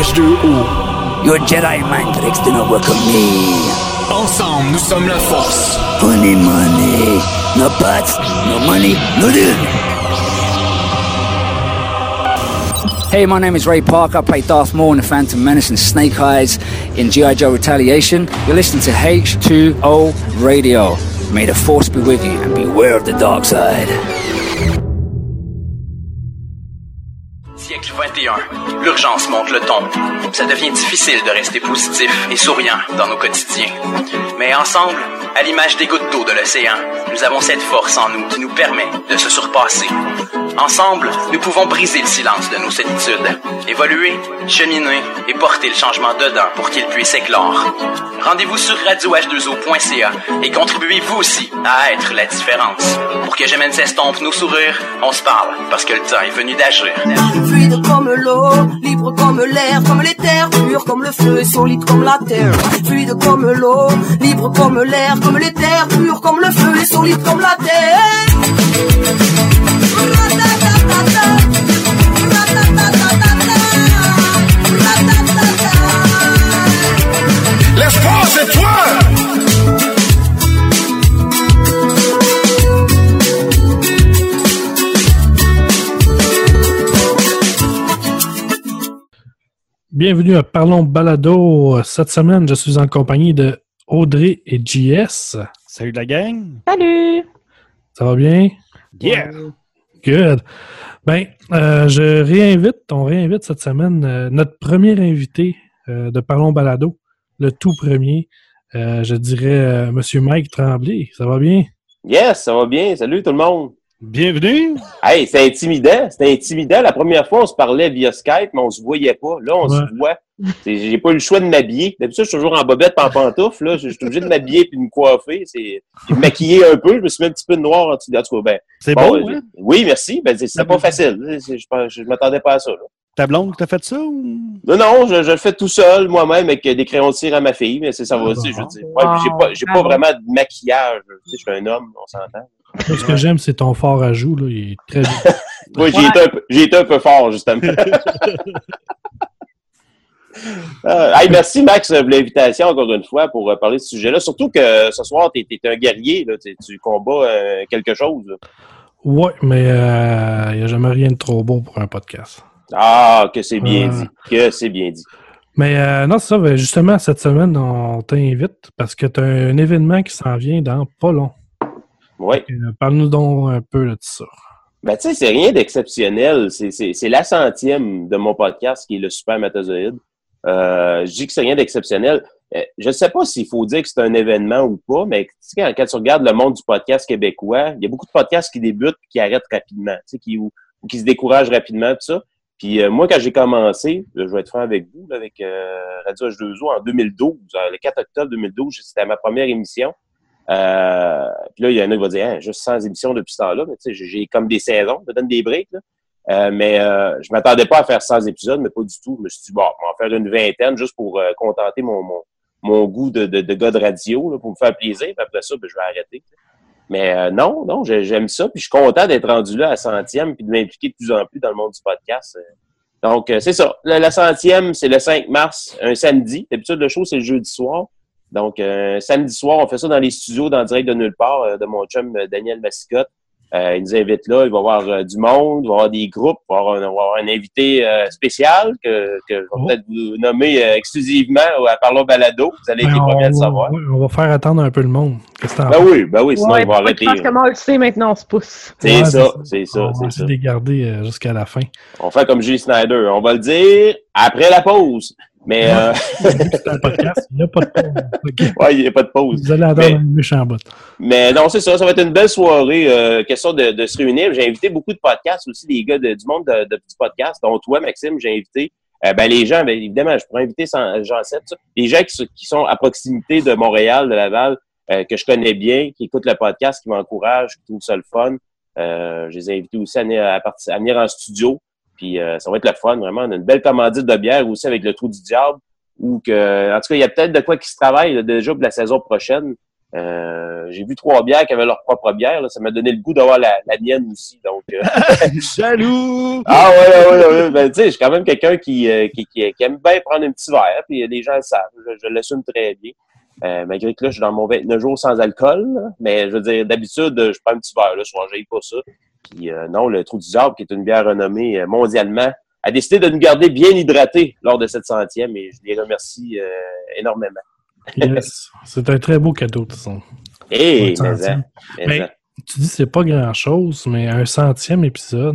H2O. Your Jedi mind tricks do not work on me. Ensemble, nous sommes la force. Money, money. No pots, no money, no deal. Hey, my name is Ray Parker. I play Darth Maul in The Phantom Menace and Snake Eyes in G.I. Joe Retaliation. You're listening to H2O Radio. May the Force be with you and beware of the dark side. Siècle 21. L'urgence monte le ton. Ça devient difficile de rester positif et souriant dans nos quotidiens. Mais ensemble, à l'image des gouttes d'eau de l'océan, nous avons cette force en nous qui nous permet de se surpasser. Ensemble, nous pouvons briser le silence de nos solitudes, évoluer, cheminer et porter le changement dedans pour qu'il puisse éclore. Rendez-vous sur radioh2o.ca et contribuez vous aussi à être la différence. Pour que jamais ne s'estompe nos sourires, on se parle parce que le temps est venu d'agir. Fluide comme l'eau, libre comme l'air, comme les terres, pur comme le feu et solide comme la terre. Fluide comme l'eau, libre comme l'air, comme les terres, pur comme le feu et solide comme la terre. L'espoir, c'est toi! Bienvenue à Parlons Balado. Cette semaine, je suis en compagnie de Audrey et JS. Salut la gang! Salut! Ça va bien? Yeah! Good. Ben, on réinvite cette semaine notre premier invité de Parlons Balado, le tout premier, je dirais Monsieur Mike Tremblay. Ça va bien? Yes, ça va bien. Salut tout le monde. Bienvenue! Hey, c'est intimidant. C'était intimidant. La première fois, on se parlait via Skype, mais on se voyait pas. Là, on se voit. J'ai pas eu le choix de m'habiller. D'habitude, je suis toujours en bobette et en pantoufle. Là, je suis obligé de m'habiller et de me coiffer. J'ai maquillé un peu. Je me suis mis un petit peu de noir en dessous. En tout cas, ben, c'est bon, hein? Oui, merci. Ben, c'est pas facile. Je m'attendais pas à ça. Là. Ta blonde qui t'a fait ça? Ou... Non, je le fais tout seul, moi-même, avec des crayons de cire à ma fille. Mais ça va aussi, je veux dire. Ouais, j'ai pas vraiment de maquillage. Tu sais, je suis un homme, on s'entend. Ce que j'aime, c'est ton fort à joue. Là. Il est très bien. Oui, j'ai été un peu fort, justement. Hey, merci, Max, pour l'invitation, encore une fois, pour parler de ce sujet-là. Surtout que ce soir, tu es un guerrier. Là, tu combats quelque chose. Oui, mais il n'y a jamais rien de trop beau pour un podcast. Ah, que c'est bien dit. Que c'est bien dit. Mais non, c'est ça. Ben, justement, cette semaine, on t'invite parce que tu as un événement qui s'en vient dans pas long. Oui. Parle-nous donc un peu là, de ça. Ben, tu sais, c'est rien d'exceptionnel. C'est la 100e de mon podcast qui est le Super Matazoïde. Je dis que c'est rien d'exceptionnel. Je ne sais pas s'il faut dire que c'est un événement ou pas, mais tu sais, quand tu regardes le monde du podcast québécois, il y a beaucoup de podcasts qui débutent et qui arrêtent rapidement, tu sais, ou qui se découragent rapidement, tout ça. Puis moi, quand j'ai commencé, je vais être franc avec vous, là, avec Radio H2O en 2012, le 4 octobre 2012, c'était ma première émission. Puis là, il y en a qui vont dire juste 100 émissions depuis ce temps-là, mais tu sais, j'ai comme des saisons, je me donne des breaks, là. Mais je m'attendais pas à faire 100 épisodes, mais pas du tout. Je me suis dit, bon, on va en faire une vingtaine juste pour contenter mon goût de gars de radio, là, pour me faire plaisir. Puis après ça, ben, je vais arrêter. Mais non, j'aime ça. Puis je suis content d'être rendu là à 100e puis de m'impliquer de plus en plus dans le monde du podcast. Donc, c'est ça. La 100e, c'est le 5 mars, un samedi. D'habitude, le show, c'est le jeudi soir. Donc, samedi soir, on fait ça dans les studios, dans Direct de Nulle part, de mon chum Daniel Massicotte. Il nous invite là, il va y avoir du monde, il va y avoir des groupes, il va y avoir un invité spécial que je vais peut-être vous nommer exclusivement à Parlons Balado. Vous allez être les premiers à le savoir. On va faire attendre un peu le monde. Ben oui, sinon il va arrêter. Je pense que moi, le sais maintenant, on se pousse. C'est ça. On va essayer de les garder jusqu'à la fin. On fait comme J. Snyder. On va le dire après la pause. Mais c'est un podcast, il n'y a pas de pause. Okay. Oui, il n'y a pas de pause. Vous allez attendre un méchant bout. Mais non, c'est ça. Ça va être une belle soirée. Question de se réunir. J'ai invité beaucoup de podcasts aussi, des gars du monde de petits podcasts, dont toi, Maxime, j'ai invité. Les gens, évidemment, je pourrais inviter Jean-Seth. Les gens qui sont à proximité de Montréal, de Laval, que je connais bien, qui écoutent le podcast, qui m'encouragent, qui trouvent ça le fun. Je les ai invités aussi à venir en studio. Puis ça va être le fun, vraiment. On a une belle commandite de bière aussi avec le Trou du Diable. En tout cas, il y a peut-être de quoi qui se travaille là, déjà pour la saison prochaine. J'ai vu 3 bières qui avaient leur propre bière. Là. Ça m'a donné le goût d'avoir la mienne aussi. Donc, Jaloux! Ah ouais. Ben, tu sais, je suis quand même quelqu'un qui aime bien prendre un petit verre. Puis les gens le savent. Je l'assume très bien. Malgré que là, je suis dans mon 29 jours sans alcool. Là. Mais je veux dire, d'habitude, je prends un petit verre. Là, souvent, j'aille pas ça. Puis non, le Trou du Diable, qui est une bière renommée mondialement, a décidé de nous garder bien hydratés lors de cette 100e. Et je les remercie énormément. Yes. C'est un très beau cadeau, de toute façon. Hey, mais tu dis que c'est pas grand-chose, mais un 100e épisode,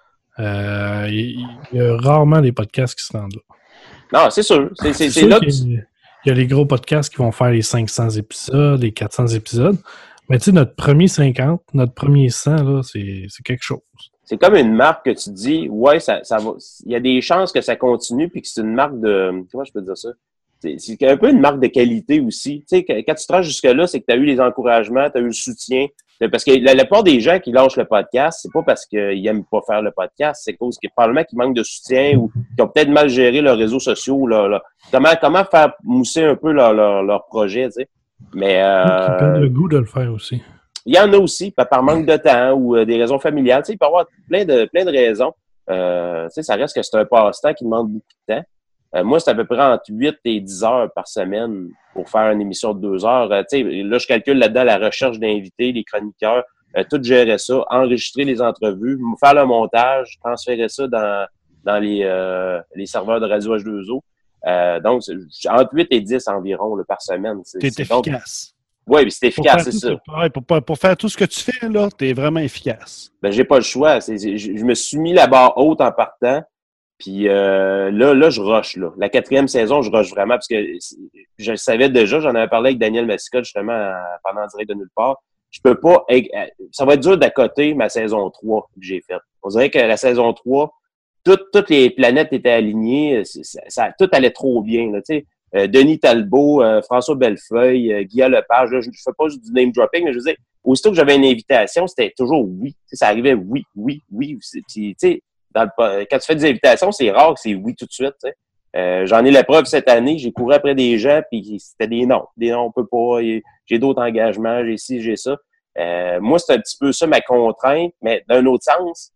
il y a rarement des podcasts qui se rendent là. Non, c'est sûr. C'est sûr là il y a les gros podcasts qui vont faire les 500 épisodes, les 400 épisodes. Mais tu sais, notre premier 50, notre premier 100, là, c'est quelque chose. C'est comme une marque que tu dis, ouais, ça va. Il y a des chances que ça continue, puis que c'est une marque de. Comment je peux dire ça? C'est un peu une marque de qualité aussi. Tu sais, quand tu te rends jusque-là, c'est que tu as eu les encouragements, tu as eu le soutien. Parce que la plupart des gens qui lâchent le podcast, c'est pas parce qu'ils aiment pas faire le podcast, c'est cause qu'ils probablement qu'ils manquent de soutien ou qu'ils ont peut-être mal géré leurs réseaux sociaux. Comment faire mousser un peu leur projet, tu sais. Mais Qui perdent le goût de le faire aussi. Il y en a aussi, par manque de temps ou des raisons familiales. Tu sais, il peut y avoir plein de raisons. Tu sais, ça reste que c'est un passe-temps qui demande beaucoup de temps. Moi, c'est à peu près entre 8 et 10 heures par semaine pour faire une émission de 2 heures. Tu sais, là, je calcule là-dedans la recherche d'invités, les chroniqueurs, tout gérer ça, enregistrer les entrevues, faire le montage, transférer ça dans les serveurs de Radio H2O. Donc, entre 8 et 10 environ là, par semaine. T'es efficace. Oui, c'est efficace, c'est ça. Pour faire tout ce que tu fais, là, t'es vraiment efficace. Ben, j'ai pas le choix. Je me suis mis la barre haute en partant. Puis là, je rush. Là. La 4e saison, je rush vraiment parce que je le savais déjà. J'en avais parlé avec Daniel Massicotte justement pendant Direct de nulle part. Je peux pas. Ça va être dur d'accoter ma saison 3 que j'ai faite. On dirait que la saison 3, toutes les planètes étaient alignées. Tout allait trop bien. Là, tu sais. Denis Talbot, François Bellefeuille, Guillaume Lepage. Là, je fais pas juste du name dropping, mais je veux dire, aussitôt que j'avais une invitation, c'était toujours oui. Tu sais, ça arrivait oui. Puis, tu sais, quand tu fais des invitations, c'est rare que c'est oui tout de suite. Tu sais. J'en ai la preuve cette année. J'ai couru après des gens, puis c'était des non. Des non, on peut pas. J'ai d'autres engagements, j'ai ci, j'ai ça. Moi, c'est un petit peu ça ma contrainte, mais d'un autre sens,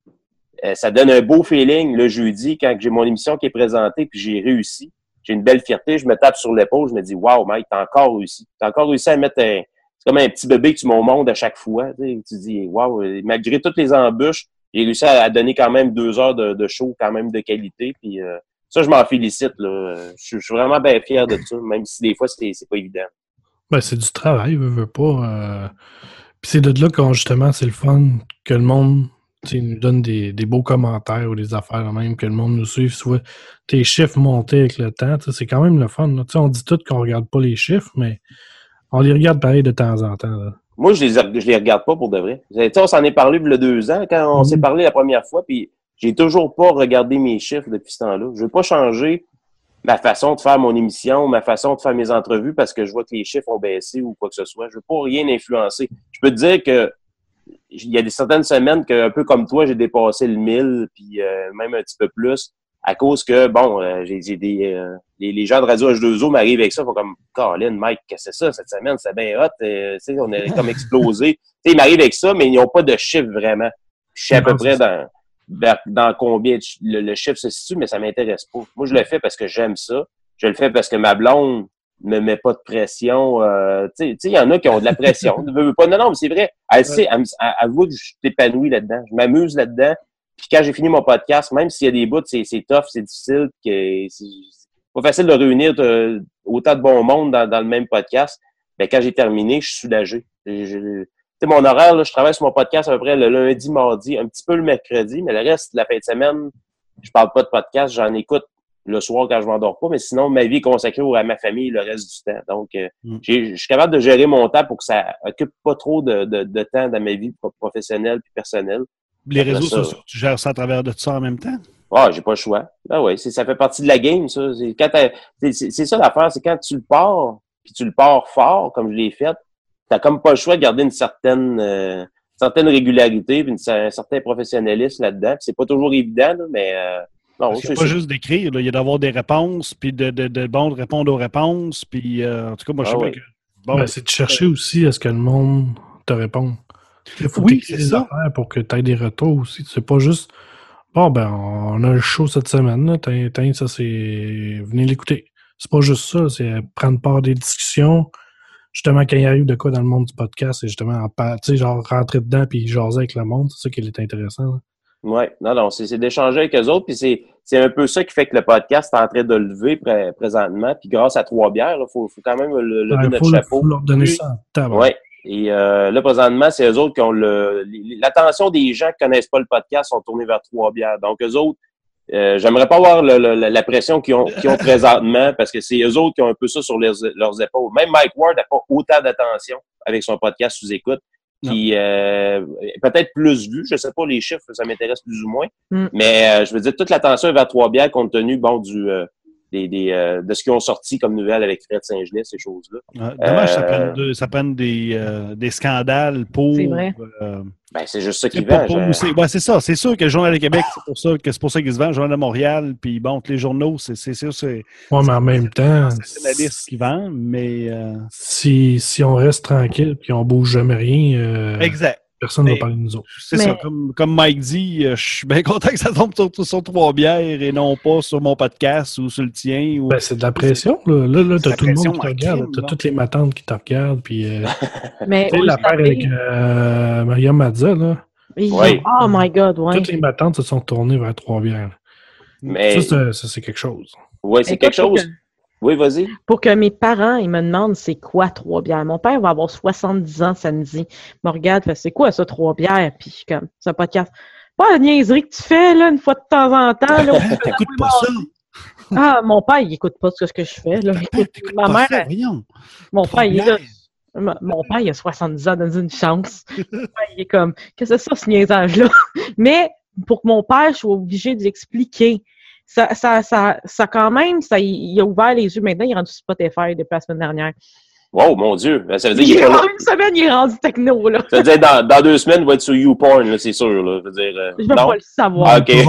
ça donne un beau feeling le jeudi quand j'ai mon émission qui est présentée, puis j'ai réussi. J'ai une belle fierté, je me tape sur l'épaule, je me dis « Wow, Mike, t'as encore réussi. T'as encore réussi à mettre c'est comme un petit bébé que tu m'as au monde à chaque fois. Tu dis « Wow, malgré toutes les embûches, j'ai réussi à donner quand même 2 heures de show quand même de qualité. » Puis ça, je m'en félicite. Là. Je suis vraiment bien fier de ça, même si des fois, c'est pas évident. Ben, c'est du travail, veux pas. Puis c'est de là quand justement, c'est le fun que le monde nous donne des beaux commentaires ou des affaires même, que le monde nous suive. Soit tes chiffres montés avec le temps, c'est quand même le fun. Là. On dit tout qu'on regarde pas les chiffres, mais on les regarde pareil de temps en temps. Là. Moi, je les regarde pas pour de vrai. On s'en est parlé il y a 2 ans, quand on s'est parlé la première fois, puis j'ai toujours pas regardé mes chiffres depuis ce temps-là. Je veux pas changer ma façon de faire mon émission, ma façon de faire mes entrevues parce que je vois que les chiffres ont baissé ou quoi que ce soit. Je veux pas rien influencer. Je peux te dire que il y a certaines semaines que, un peu comme toi, j'ai dépassé le 1000, puis même un petit peu plus, à cause que, bon, j'ai les gens de Radio H2O m'arrivent avec ça, ils font comme, Colin, Mike, qu'est-ce que c'est ça cette semaine? C'est bien hot, on est comme explosé. Ils m'arrivent avec ça, mais ils n'ont pas de chiffre vraiment. Je sais à peu près dans combien le chiffre se situe, mais ça m'intéresse pas. Moi, je le fais parce que j'aime ça. Je le fais parce que ma blonde me met pas de pression. Tu sais, il y en a qui ont de la pression. Non, mais c'est vrai. Elle voit que je suis épanoui là-dedans. Je m'amuse là-dedans. Puis quand j'ai fini mon podcast, même s'il y a des bouts, c'est tough, c'est difficile, c'est pas facile de réunir autant de bon monde dans le même podcast. Mais quand j'ai terminé, je suis soulagé. Tu sais, mon horaire, là, je travaille sur mon podcast à peu près le lundi, mardi, un petit peu le mercredi, mais le reste de la fin de semaine, je parle pas de podcast, j'en écoute le soir quand je m'endors pas, mais sinon, ma vie est consacrée à ma famille le reste du temps. Donc, je suis capable de gérer mon temps pour que ça occupe pas trop de temps dans ma vie professionnelle et personnelle. Les réseaux sociaux, tu gères ça à travers de ça en même temps? Ah, j'ai pas le choix. Ah ouais, ça fait partie de la game, ça. C'est ça l'affaire, c'est quand tu le pars, puis tu le pars fort, comme je l'ai fait, t'as comme pas le choix de garder une certaine régularité puis un certain professionnalisme là-dedans. Puis c'est pas toujours évident, là, mais non, c'est pas juste d'écrire, là. Il y a d'avoir des réponses, puis de répondre aux réponses, puis en tout cas, moi, je sais bien que Bon, Ben, c'est de chercher aussi à ce que le monde te réponde. Il faut Oui, que tu c'est des ça. affaires pour que tu aies des retours aussi. C'est pas juste bon, ben, on a le show cette semaine, là. Ça, c'est. Venez l'écouter. C'est pas juste ça, c'est prendre part des discussions. Justement, quand il arrive de quoi dans le monde du podcast, c'est justement tu sais, genre rentrer dedans puis jaser avec le monde. C'est ça qui est intéressant. Là. Oui, non, c'est d'échanger avec eux autres, puis c'est un peu ça qui fait que le podcast est en train de lever présentement, puis grâce à Trois-Bières, il faut quand même lever notre chapeau. Faut leur donner ça en Oui, et là, présentement, c'est eux autres qui ont l'attention des gens qui connaissent pas le podcast sont tournés vers Trois-Bières. Donc, eux autres, j'aimerais pas avoir la pression qu'ils ont présentement, parce que c'est eux autres qui ont un peu ça sur leurs épaules. Même Mike Ward n'a pas autant d'attention avec son podcast sous-écoute. Qui peut-être plus vu, je sais pas les chiffres, ça m'intéresse plus ou moins, mais je veux dire toute l'attention est vers Trois-Bières compte tenu de ce qu'ils ont sorti comme nouvelle avec Fred Saint-Gelais, ces choses-là. Dommage ça prenne des scandales pour. C'est vrai. Ben c'est juste ça qui vend. C'est ça. C'est sûr que le Journal de Québec, c'est pour ça qu'il se vend. Le Journal de Montréal, puis bon, tous les journaux, c'est sûr, c'est. Ouais, mais en même temps. C'est la liste qui vend, mais. Si on reste tranquille puis on bouge jamais rien. Exact. Personne ne va parler de nous autres. C'est ça. Comme Mike dit, je suis bien content que ça tombe sur Trois-Bières et non pas sur mon podcast ou sur le tien. Ou... Ben, c'est de la pression. Là t'as tout le monde qui te regarde. crime, T'as toutes les matantes qui te regardent. Puis, Mais tu sais, l'affaire avec Mariam Mazza, là. Oui. Oh my God, ouais. Toutes les matantes se sont tournées vers Trois-Bières. Mais Ça, c'est quelque chose. oui, c'est quelque chose. Oui, vas-y. Pour que mes parents, ils me demandent c'est quoi Trois-Bières. Mon père va avoir 70 ans samedi. Il me regarde, fait c'est quoi ça, Trois-Bières? Puis je suis comme, c'est un podcast. Pas la niaiserie que tu fais, là, une fois de temps en temps. Là, T'écoutes pas ça. Ah, mon père, il écoute pas ce que je fais. Là. T'écoutes Ma pas mère, ça, voyons. mon père, il est là. Trois-Bières. Mon père, il a 70 ans, donne une chance. Mon père, il est comme, qu'est-ce que c'est ça, ce niaisage-là? Mais pour que mon père, je sois obligé de l'expliquer. Ça quand même, il a ouvert les yeux. Maintenant, il est rendu Spotify depuis la semaine dernière. Wow, mon Dieu. Ça veut dire qu'il est pas là. En une semaine, il est rendu techno, là. Ça veut dire dans 2 semaines, il va être sur YouPorn, là, c'est sûr. Là. Je veux dire, Je veux non? pas le savoir. Ah, OK. Ben,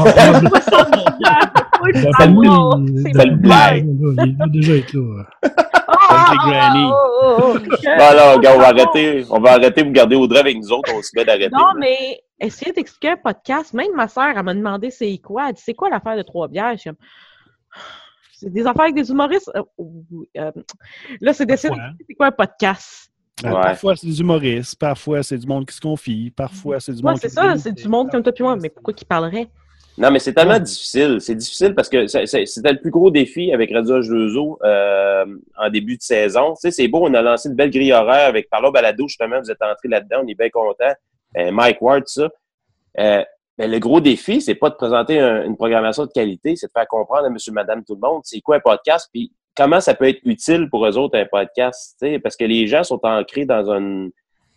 lui, C'est le blague. Il va déjà être là. Avec les grannies. Voilà, gars, on va arrêter de vous garder Audrey avec nous autres, on se met d'arrêter. Non, mais essayer d'expliquer un podcast, même ma sœur, elle m'a demandé c'est quoi. Elle dit, c'est quoi l'affaire de Trois-Bières? Je suis comme, c'est des affaires avec des humoristes. Là, c'est d'essayer d'expliquer c'est quoi un podcast. Ouais. Parfois, c'est des humoristes. Parfois, c'est du monde qui se confie. Parfois, c'est du monde C'est ça, c'est du monde comme toi et moi. Mais pourquoi qu'ils parleraient? Non, mais c'est tellement difficile. C'est difficile parce que c'était le plus gros défi avec Radio H2O en début de saison. Tu sais, c'est beau, on a lancé une belle grille horaire avec Parlons Balado, justement, vous êtes entrés là-dedans, on est bien contents. Mike Ward, tout ça. Mais le gros défi, c'est pas de présenter une programmation de qualité, c'est de faire comprendre à monsieur, madame, tout le monde, c'est quoi un podcast, puis comment ça peut être utile pour eux autres, un podcast, tu sais, parce que les gens sont ancrés dans une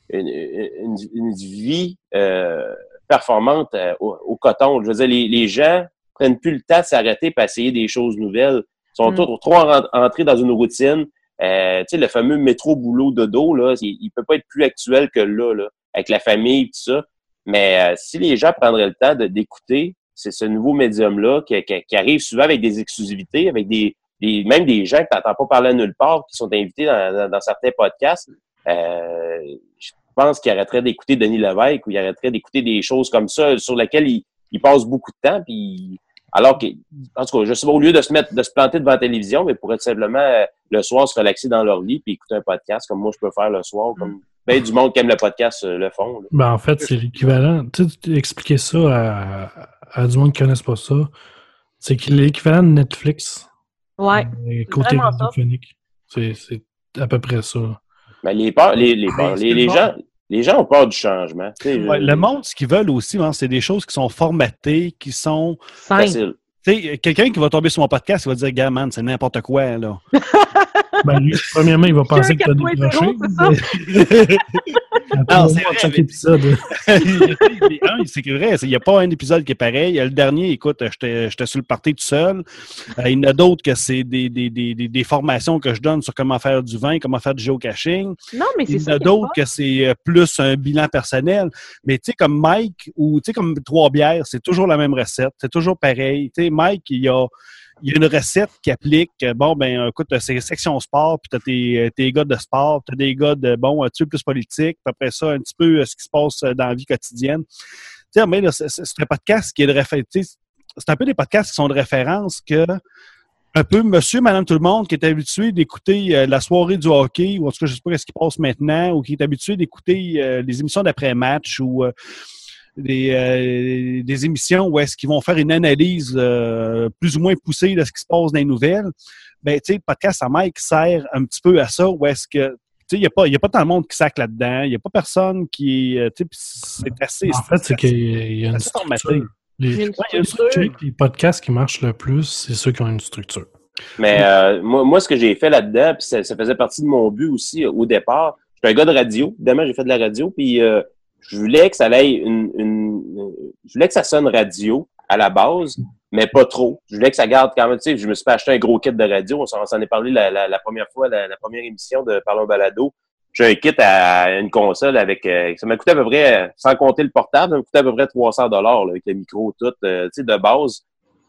vie performante au coton. Je veux dire, les gens prennent plus le temps de s'arrêter pour essayer des choses nouvelles. Ils sont trop entrés dans une routine. Tu sais, le fameux métro, boulot, dodo, là, il peut pas être plus actuel que là, avec la famille, tout ça. Mais si les gens prendraient le temps d'écouter, c'est ce nouveau médium-là qui arrive souvent avec des exclusivités, avec même des gens que tu n'entends pas parler nulle part, qui sont invités dans certains podcasts. Je pense qu'ils arrêteraient d'écouter Denis Lévesque ou ils arrêteraient d'écouter des choses comme ça sur lesquelles ils passent beaucoup de temps. Puis, alors que, en tout cas, je sais pas, au lieu de se planter devant la télévision, mais pour être simplement le soir se relaxer dans leur lit puis écouter un podcast comme moi je peux faire le soir, comme ben du monde qui aime le podcast le font. Là. Ben, en fait, c'est l'équivalent. Tu sais, expliquer ça à du monde qui ne connaisse pas ça. C'est l'équivalent de Netflix. Ouais. Côté radiophonique. C'est à peu près ça. Ben, les gens ont peur du changement. Ouais, le monde, ce qu'ils veulent aussi, hein, c'est des choses qui sont formatées, qui sont faciles. Tu sais, quelqu'un qui va tomber sur mon podcast, il va dire, gars, man, c'est n'importe quoi, là. Ben, lui, premièrement, il va penser que tu as décroché. Non, c'est vrai. Chaque épisode. C'est vrai, il n'y a pas un épisode qui est pareil. Le dernier, écoute, j'étais sur le party tout seul. Il y en a d'autres que c'est des formations que je donne sur comment faire du vin, comment faire du géocaching. Non, mais c'est ça. Il y en a d'autres que c'est plus un bilan personnel. Mais tu sais, comme Mike ou tu sais, comme Trois-Bières, c'est toujours la même recette. C'est toujours pareil. Tu sais, Mike, il il y a une recette qui applique. Bon, ben, écoute, c'est section sport, puis t'as tes gars de sport, t'as des gars de, bon, tu veux plus politique, puis après ça, un petit peu ce qui se passe dans la vie quotidienne. Tu sais, mais là, c'est un podcast qui est de référence. C'est un peu des podcasts qui sont de référence que un peu monsieur, madame, tout le monde qui est habitué d'écouter la soirée du hockey, ou en tout cas, je sais pas ce qui passe maintenant, ou qui est habitué d'écouter les émissions d'après-match, ou des émissions où est-ce qu'ils vont faire une analyse plus ou moins poussée de ce qui se passe dans les nouvelles. Ben, tu sais, le podcast à Mike sert un petit peu à ça, où est-ce que, tu sais, il n'y a pas tant de monde qui sac là-dedans, il n'y a pas personne qui, tu sais, c'est assez... En fait, c'est qu'il y a une structure. Les podcasts qui marchent le plus, c'est ceux qui ont une structure. Mais moi, ce que j'ai fait là-dedans, puis ça faisait partie de mon but aussi au départ. J'étais un gars de radio. Évidemment, j'ai fait de la radio, puis je voulais que ça aille je voulais que ça sonne radio à la base, mais pas trop. Je voulais que ça garde quand même, tu sais, je me suis pas acheté un gros kit de radio. On s'en est parlé la première fois, la première émission de Parlons Balado. J'ai un kit à une console avec, ça m'a coûté à peu près, sans compter le portable, ça m'a coûté à peu près 300 $ avec le micro tout, tu sais, de base.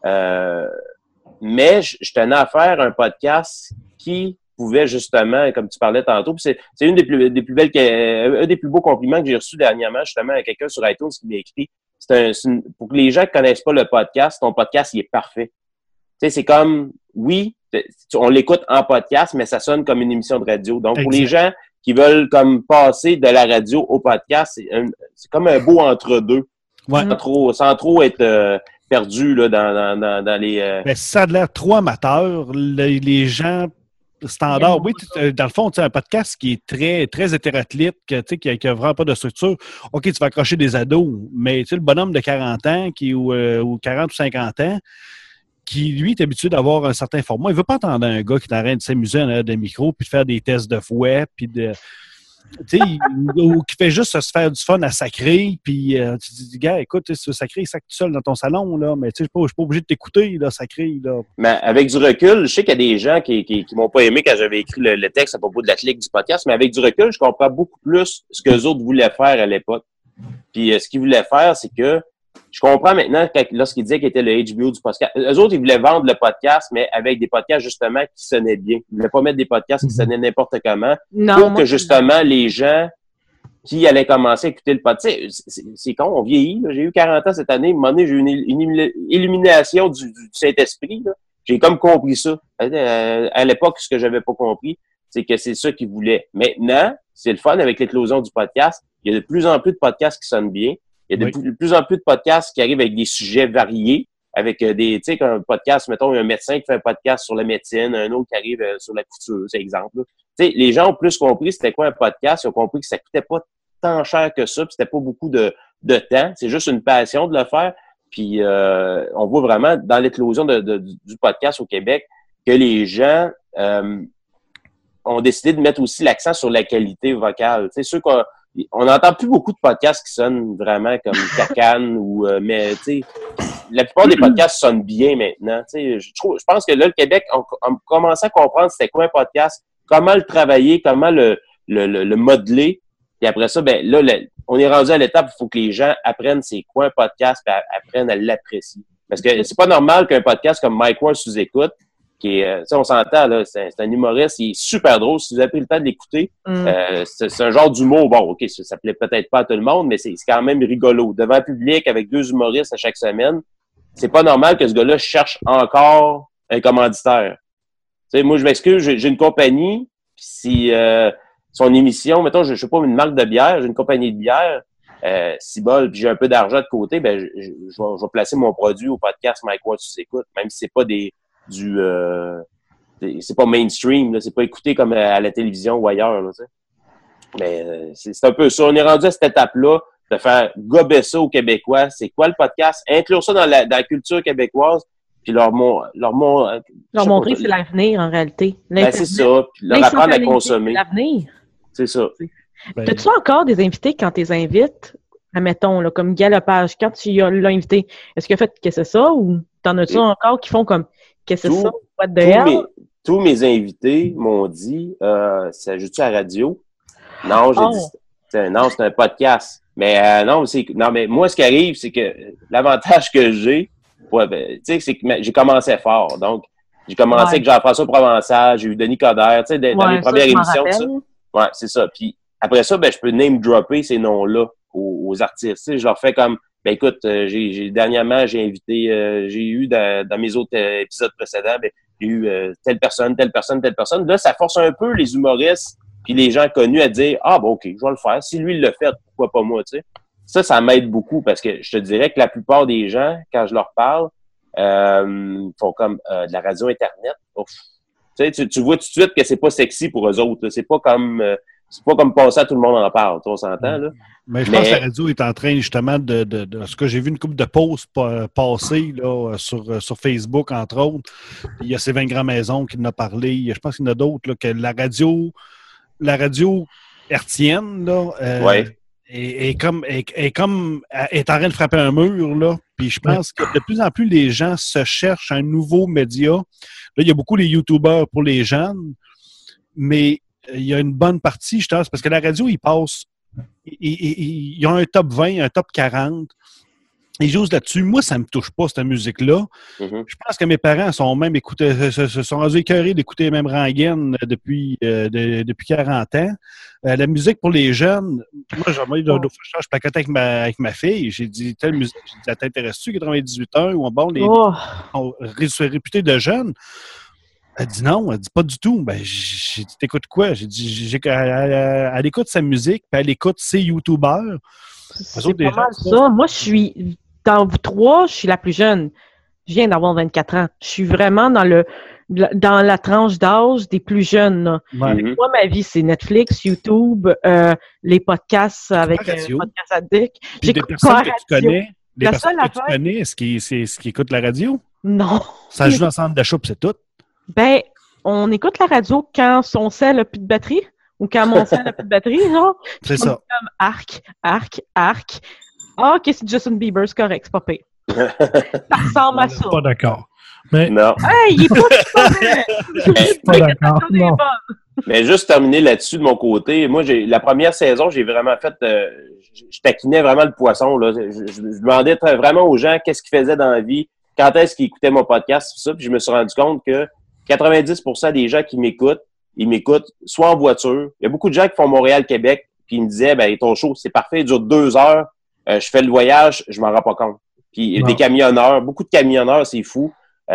Mais je tenais à faire un podcast qui pouvait justement, comme tu parlais tantôt, puis c'est une des plus belles, un des plus beaux compliments que j'ai reçus dernièrement, justement, à quelqu'un sur iTunes qui m'a écrit. Pour que les gens qui connaissent pas le podcast, ton podcast, il est parfait. Tu sais, c'est comme, oui, on l'écoute en podcast, mais ça sonne comme une émission de radio. Donc, pour les gens qui veulent comme passer de la radio au podcast, c'est comme un beau entre-deux. Ouais. Sans trop être perdu là, dans les... Ben, ça a l'air trop amateur. Les gens standards, oui, dans le fond, tu as un podcast qui est très, très hétéroclite, qui a vraiment pas de structure. OK, tu vas accrocher des ados, mais tu sais, le bonhomme de 40 ans ou 40 ou 50 ans, qui, lui, est habitué d'avoir un certain format. Il veut pas entendre un gars qui est en train de s'amuser en arrière d'un micro, puis de faire des tests de voix, puis de... Tu sais, ou qui fait juste se faire du fun à sacrer, puis tu dis, gars, écoute, tu sais, sacrer, sac tout seul dans ton salon, là, mais tu sais, je suis pas obligé de t'écouter, là, sacrer, là. Mais avec du recul, je sais qu'il y a des gens qui m'ont pas aimé quand j'avais écrit le texte à propos de la clique du podcast, mais avec du recul, je comprends beaucoup plus ce que les autres voulaient faire à l'époque. Puis ce qu'ils voulaient faire, c'est que je comprends maintenant lorsqu'ils disaient qu'il était le HBO du podcast. Eux autres, ils voulaient vendre le podcast, mais avec des podcasts, justement, qui sonnaient bien. Ils voulaient pas mettre des podcasts qui sonnaient n'importe comment. Pour que, justement, les gens qui allaient commencer à écouter le podcast... C'est con, on vieillit. Là. J'ai eu 40 ans cette année. À un moment donné, j'ai eu une illumination du Saint-Esprit. Là. J'ai comme compris ça. À l'époque, ce que j'avais pas compris, c'est que c'est ça qu'ils voulaient. Maintenant, c'est le fun avec l'éclosion du podcast. Il y a de plus en plus de podcasts qui sonnent bien. Il y a de plus en plus de podcasts qui arrivent avec des sujets variés, avec tu sais, un podcast, mettons, un médecin qui fait un podcast sur la médecine, un autre qui arrive sur la couture, c'est exemple. Tu sais, les gens ont plus compris c'était quoi un podcast, ils ont compris que ça coûtait pas tant cher que ça, puis c'était pas beaucoup de temps, c'est juste une passion de le faire. Puis on voit vraiment dans l'éclosion du podcast au Québec que les gens ont décidé de mettre aussi l'accent sur la qualité vocale. Tu sais, ceux on n'entend plus beaucoup de podcasts qui sonnent vraiment comme Cacane ou mais tu sais la plupart des podcasts sonnent bien maintenant. Tu sais, je pense que là le Québec on commençait à comprendre c'était quoi un podcast, comment le travailler, comment le modeler. Et après ça ben là on est rendu à l'étape où il faut que les gens apprennent c'est quoi un podcast et apprennent à l'apprécier. Parce que c'est pas normal qu'un podcast comme Mike Ward sous-écoute qui est, on s'entend, là, c'est un humoriste, il est super drôle. Si vous avez pris le temps de l'écouter, c'est un genre d'humour. Bon, OK, ça plaît peut-être pas à tout le monde, mais c'est quand même rigolo. Devant le public, avec 2 humoristes à chaque semaine, c'est pas normal que ce gars-là cherche encore un commanditaire. Tu sais, moi, je m'excuse, j'ai une compagnie, pis si son émission, mettons, je sais pas, une marque de bière, j'ai une compagnie de bière, si bol, puis j'ai un peu d'argent de côté, ben je vais placer mon produit au podcast Mike Ward sous-écoute, même si c'est pas c'est pas mainstream, là, c'est pas écouté comme à la télévision ou ailleurs, là, tu sais. Mais c'est un peu ça. On est rendu à cette étape-là de faire gober ça aux Québécois. C'est quoi le podcast? Inclure ça dans la culture québécoise, puis leur montrer c'est l'avenir, en réalité. Ben, c'est ça. Puis leur apprendre à consommer. L'avenir. C'est ça. As-tu encore des invités quand tu les invites? Admettons, là, comme Guy Lepage, quand tu l'as invité, est-ce qu'il a fait que c'est ça ou t'en as-tu encore qui font comme qu'est-ce que c'est ça? What the hell? Tous mes invités m'ont dit ça joue-tu à la radio? Non, j'ai dit non, c'est un podcast. Mais non, mais moi, ce qui arrive, c'est que l'avantage que j'ai, Ouais, ben, tu sais, c'est que j'ai commencé fort. Donc, j'ai commencé avec Jean-François Provençal, j'ai eu Denis Coderre, tu sais, dans les premières émissions, tout ça. Ouais, c'est ça. Puis après ça, ben, je peux name-dropper ces noms-là aux artistes. Tu sais, je leur fais comme, ben écoute, dernièrement, j'ai invité, j'ai eu dans mes autres épisodes précédents, ben, j'ai eu telle personne. Là, ça force un peu les humoristes puis les gens connus à dire, ah, bon, OK, je vais le faire. Si lui, il l'a fait, pourquoi pas moi, tu sais. Ça m'aide beaucoup parce que je te dirais que la plupart des gens, quand je leur parle, font comme de la radio Internet. Ouf. Tu vois tout de suite que c'est pas sexy pour eux autres. Là. C'est pas comme passer à tout le monde en parle. On s'entend, là. Mais je pense que la radio est en train justement de ce que j'ai vu une couple de posts passer là, sur Facebook, entre autres. Puis il y a Sylvain Grandmaison qui en a parlé. Je pense qu'il y en a d'autres, là, que la radio hertzienne, là, est en train de frapper un mur, là. Puis je pense que de plus en plus, les gens se cherchent un nouveau média. Là, il y a beaucoup les YouTubers pour les jeunes, mais il y a une bonne partie, je pense, parce que la radio, ils passent, ils ont un top 20, un top 40. Ils jouent là-dessus. Moi, ça me touche pas, cette musique-là. Mm-hmm. Je pense que mes parents sont même se sont rendus écœurés d'écouter les mêmes rengaines depuis 40 ans. La musique pour les jeunes, moi, je placotais avec ma fille. J'ai dit, telle musique, ça t'intéresse-tu, 98 heures, où on sont réputés de jeunes? Elle dit non, elle dit pas du tout. Ben, j'ai dit, t'écoutes quoi? J'ai dit, elle écoute sa musique, puis elle écoute ses YouTubers. C'est pas mal ça. Moi, je suis, dans vous trois, je suis la plus jeune. Je viens d'avoir 24 ans. Je suis vraiment dans la tranche d'âge des plus jeunes. Là. Ouais. Moi, ma vie, c'est Netflix, YouTube, les podcasts avec Podcast Addict. Puis des personnes que tu connais, est-ce qu'ils écoutent la radio? Non. Ça joue dans le centre d'achat, c'est tout? Ben, on écoute la radio quand son sel n'a plus de batterie ou quand mon sel n'a plus de batterie, genre. C'est ça. Comme arc. Ah, OK, c'est Justin Bieber, c'est correct, c'est pas pire. Ça ressemble à ça. Pas d'accord. Mais... Non. Hey, il est pas Je suis pas d'accord. Non. Mais juste terminer là-dessus de mon côté, moi, la première saison, j'ai vraiment fait... je taquinais vraiment le poisson. Là. Je demandais vraiment aux gens qu'est-ce qu'ils faisaient dans la vie, quand est-ce qu'ils écoutaient mon podcast, tout ça, puis je me suis rendu compte que 90% des gens qui m'écoutent, ils m'écoutent soit en voiture. Il y a beaucoup de gens qui font Montréal-Québec, puis ils me disaient, ben ton show, c'est parfait, il dure 2 heures, je fais le voyage, je m'en rends pas compte. Puis des camionneurs, beaucoup de camionneurs, c'est fou.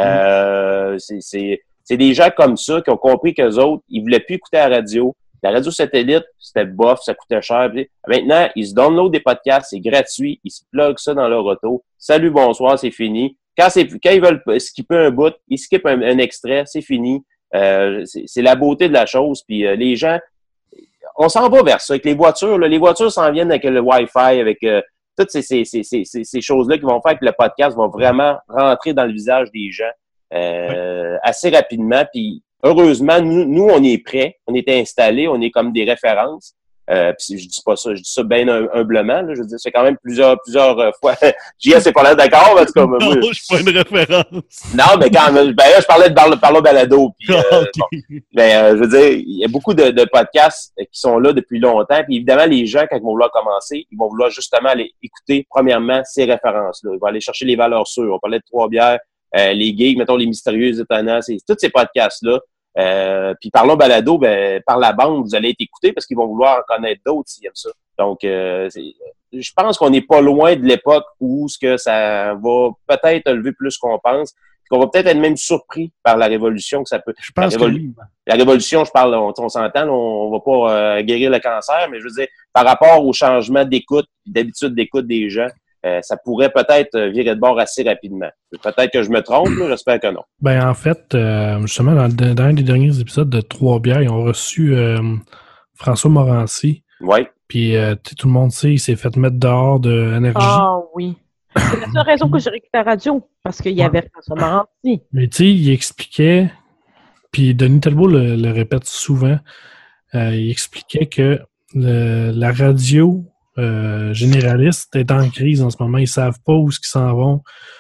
C'est des gens comme ça qui ont compris qu'eux autres, ils voulaient plus écouter la radio. La radio satellite, c'était bof, ça coûtait cher. Puis, maintenant, ils se downloadent des podcasts, c'est gratuit, ils se pluguent ça dans leur auto. Salut, bonsoir, c'est fini. Quand ils veulent skipper un bout, ils skippent un extrait, c'est fini. C'est la beauté de la chose. Puis les gens, on s'en va vers ça. Avec les voitures s'en viennent avec le Wi-Fi, avec toutes ces choses-là qui vont faire que le podcast va vraiment rentrer dans le visage des gens assez rapidement. Puis heureusement, nous, on est prêts, on est installés, on est comme des références. Puis je dis pas ça, je dis ça bien humblement. Là, je veux dire, c'est quand même plusieurs fois. JS c'est pas là d'accord, en tout cas. Non, je suis pas une référence. Non, mais quand même, là, je parlais de Parlons Balado. Puis, okay. Je veux dire, il y a beaucoup de podcasts qui sont là depuis longtemps. Puis évidemment, les gens, quand ils vont vouloir commencer, ils vont vouloir justement aller écouter, premièrement, ces références-là. Ils vont aller chercher les valeurs sûres. On parlait de Trois-Bières, les geeks, mettons les mystérieux étonnants, c'est tous ces podcasts-là. Puis Parlons Balado, ben, par la bande, vous allez être écoutés parce qu'ils vont vouloir en connaître d'autres s'ils aiment ça. Donc, je pense qu'on n'est pas loin de l'époque où ce que ça va peut-être lever plus qu'on pense, puis qu'on va peut-être être même surpris par la révolution que ça peut. Je pense que oui. La révolution, je parle, on s'entend, on va pas guérir le cancer, mais je veux dire, par rapport au changement d'écoute, d'habitude d'écoute des gens, ça pourrait peut-être virer de bord assez rapidement. Peut-être que je me trompe, là, j'espère que non. Ben en fait, justement, dans un des derniers épisodes de Trois-Bières, ils ont reçu François Morancy. Oui. Puis tout le monde sait, il s'est fait mettre dehors de Énergie. Ah oui. C'est la seule raison que j'ai réécouté la radio, parce qu'il y avait François Morancy. Mais tu sais, il expliquait, puis Denis Talbot le répète souvent, il expliquait que la radio généraliste est en crise en ce moment. Ils savent pas où ils s'en vont.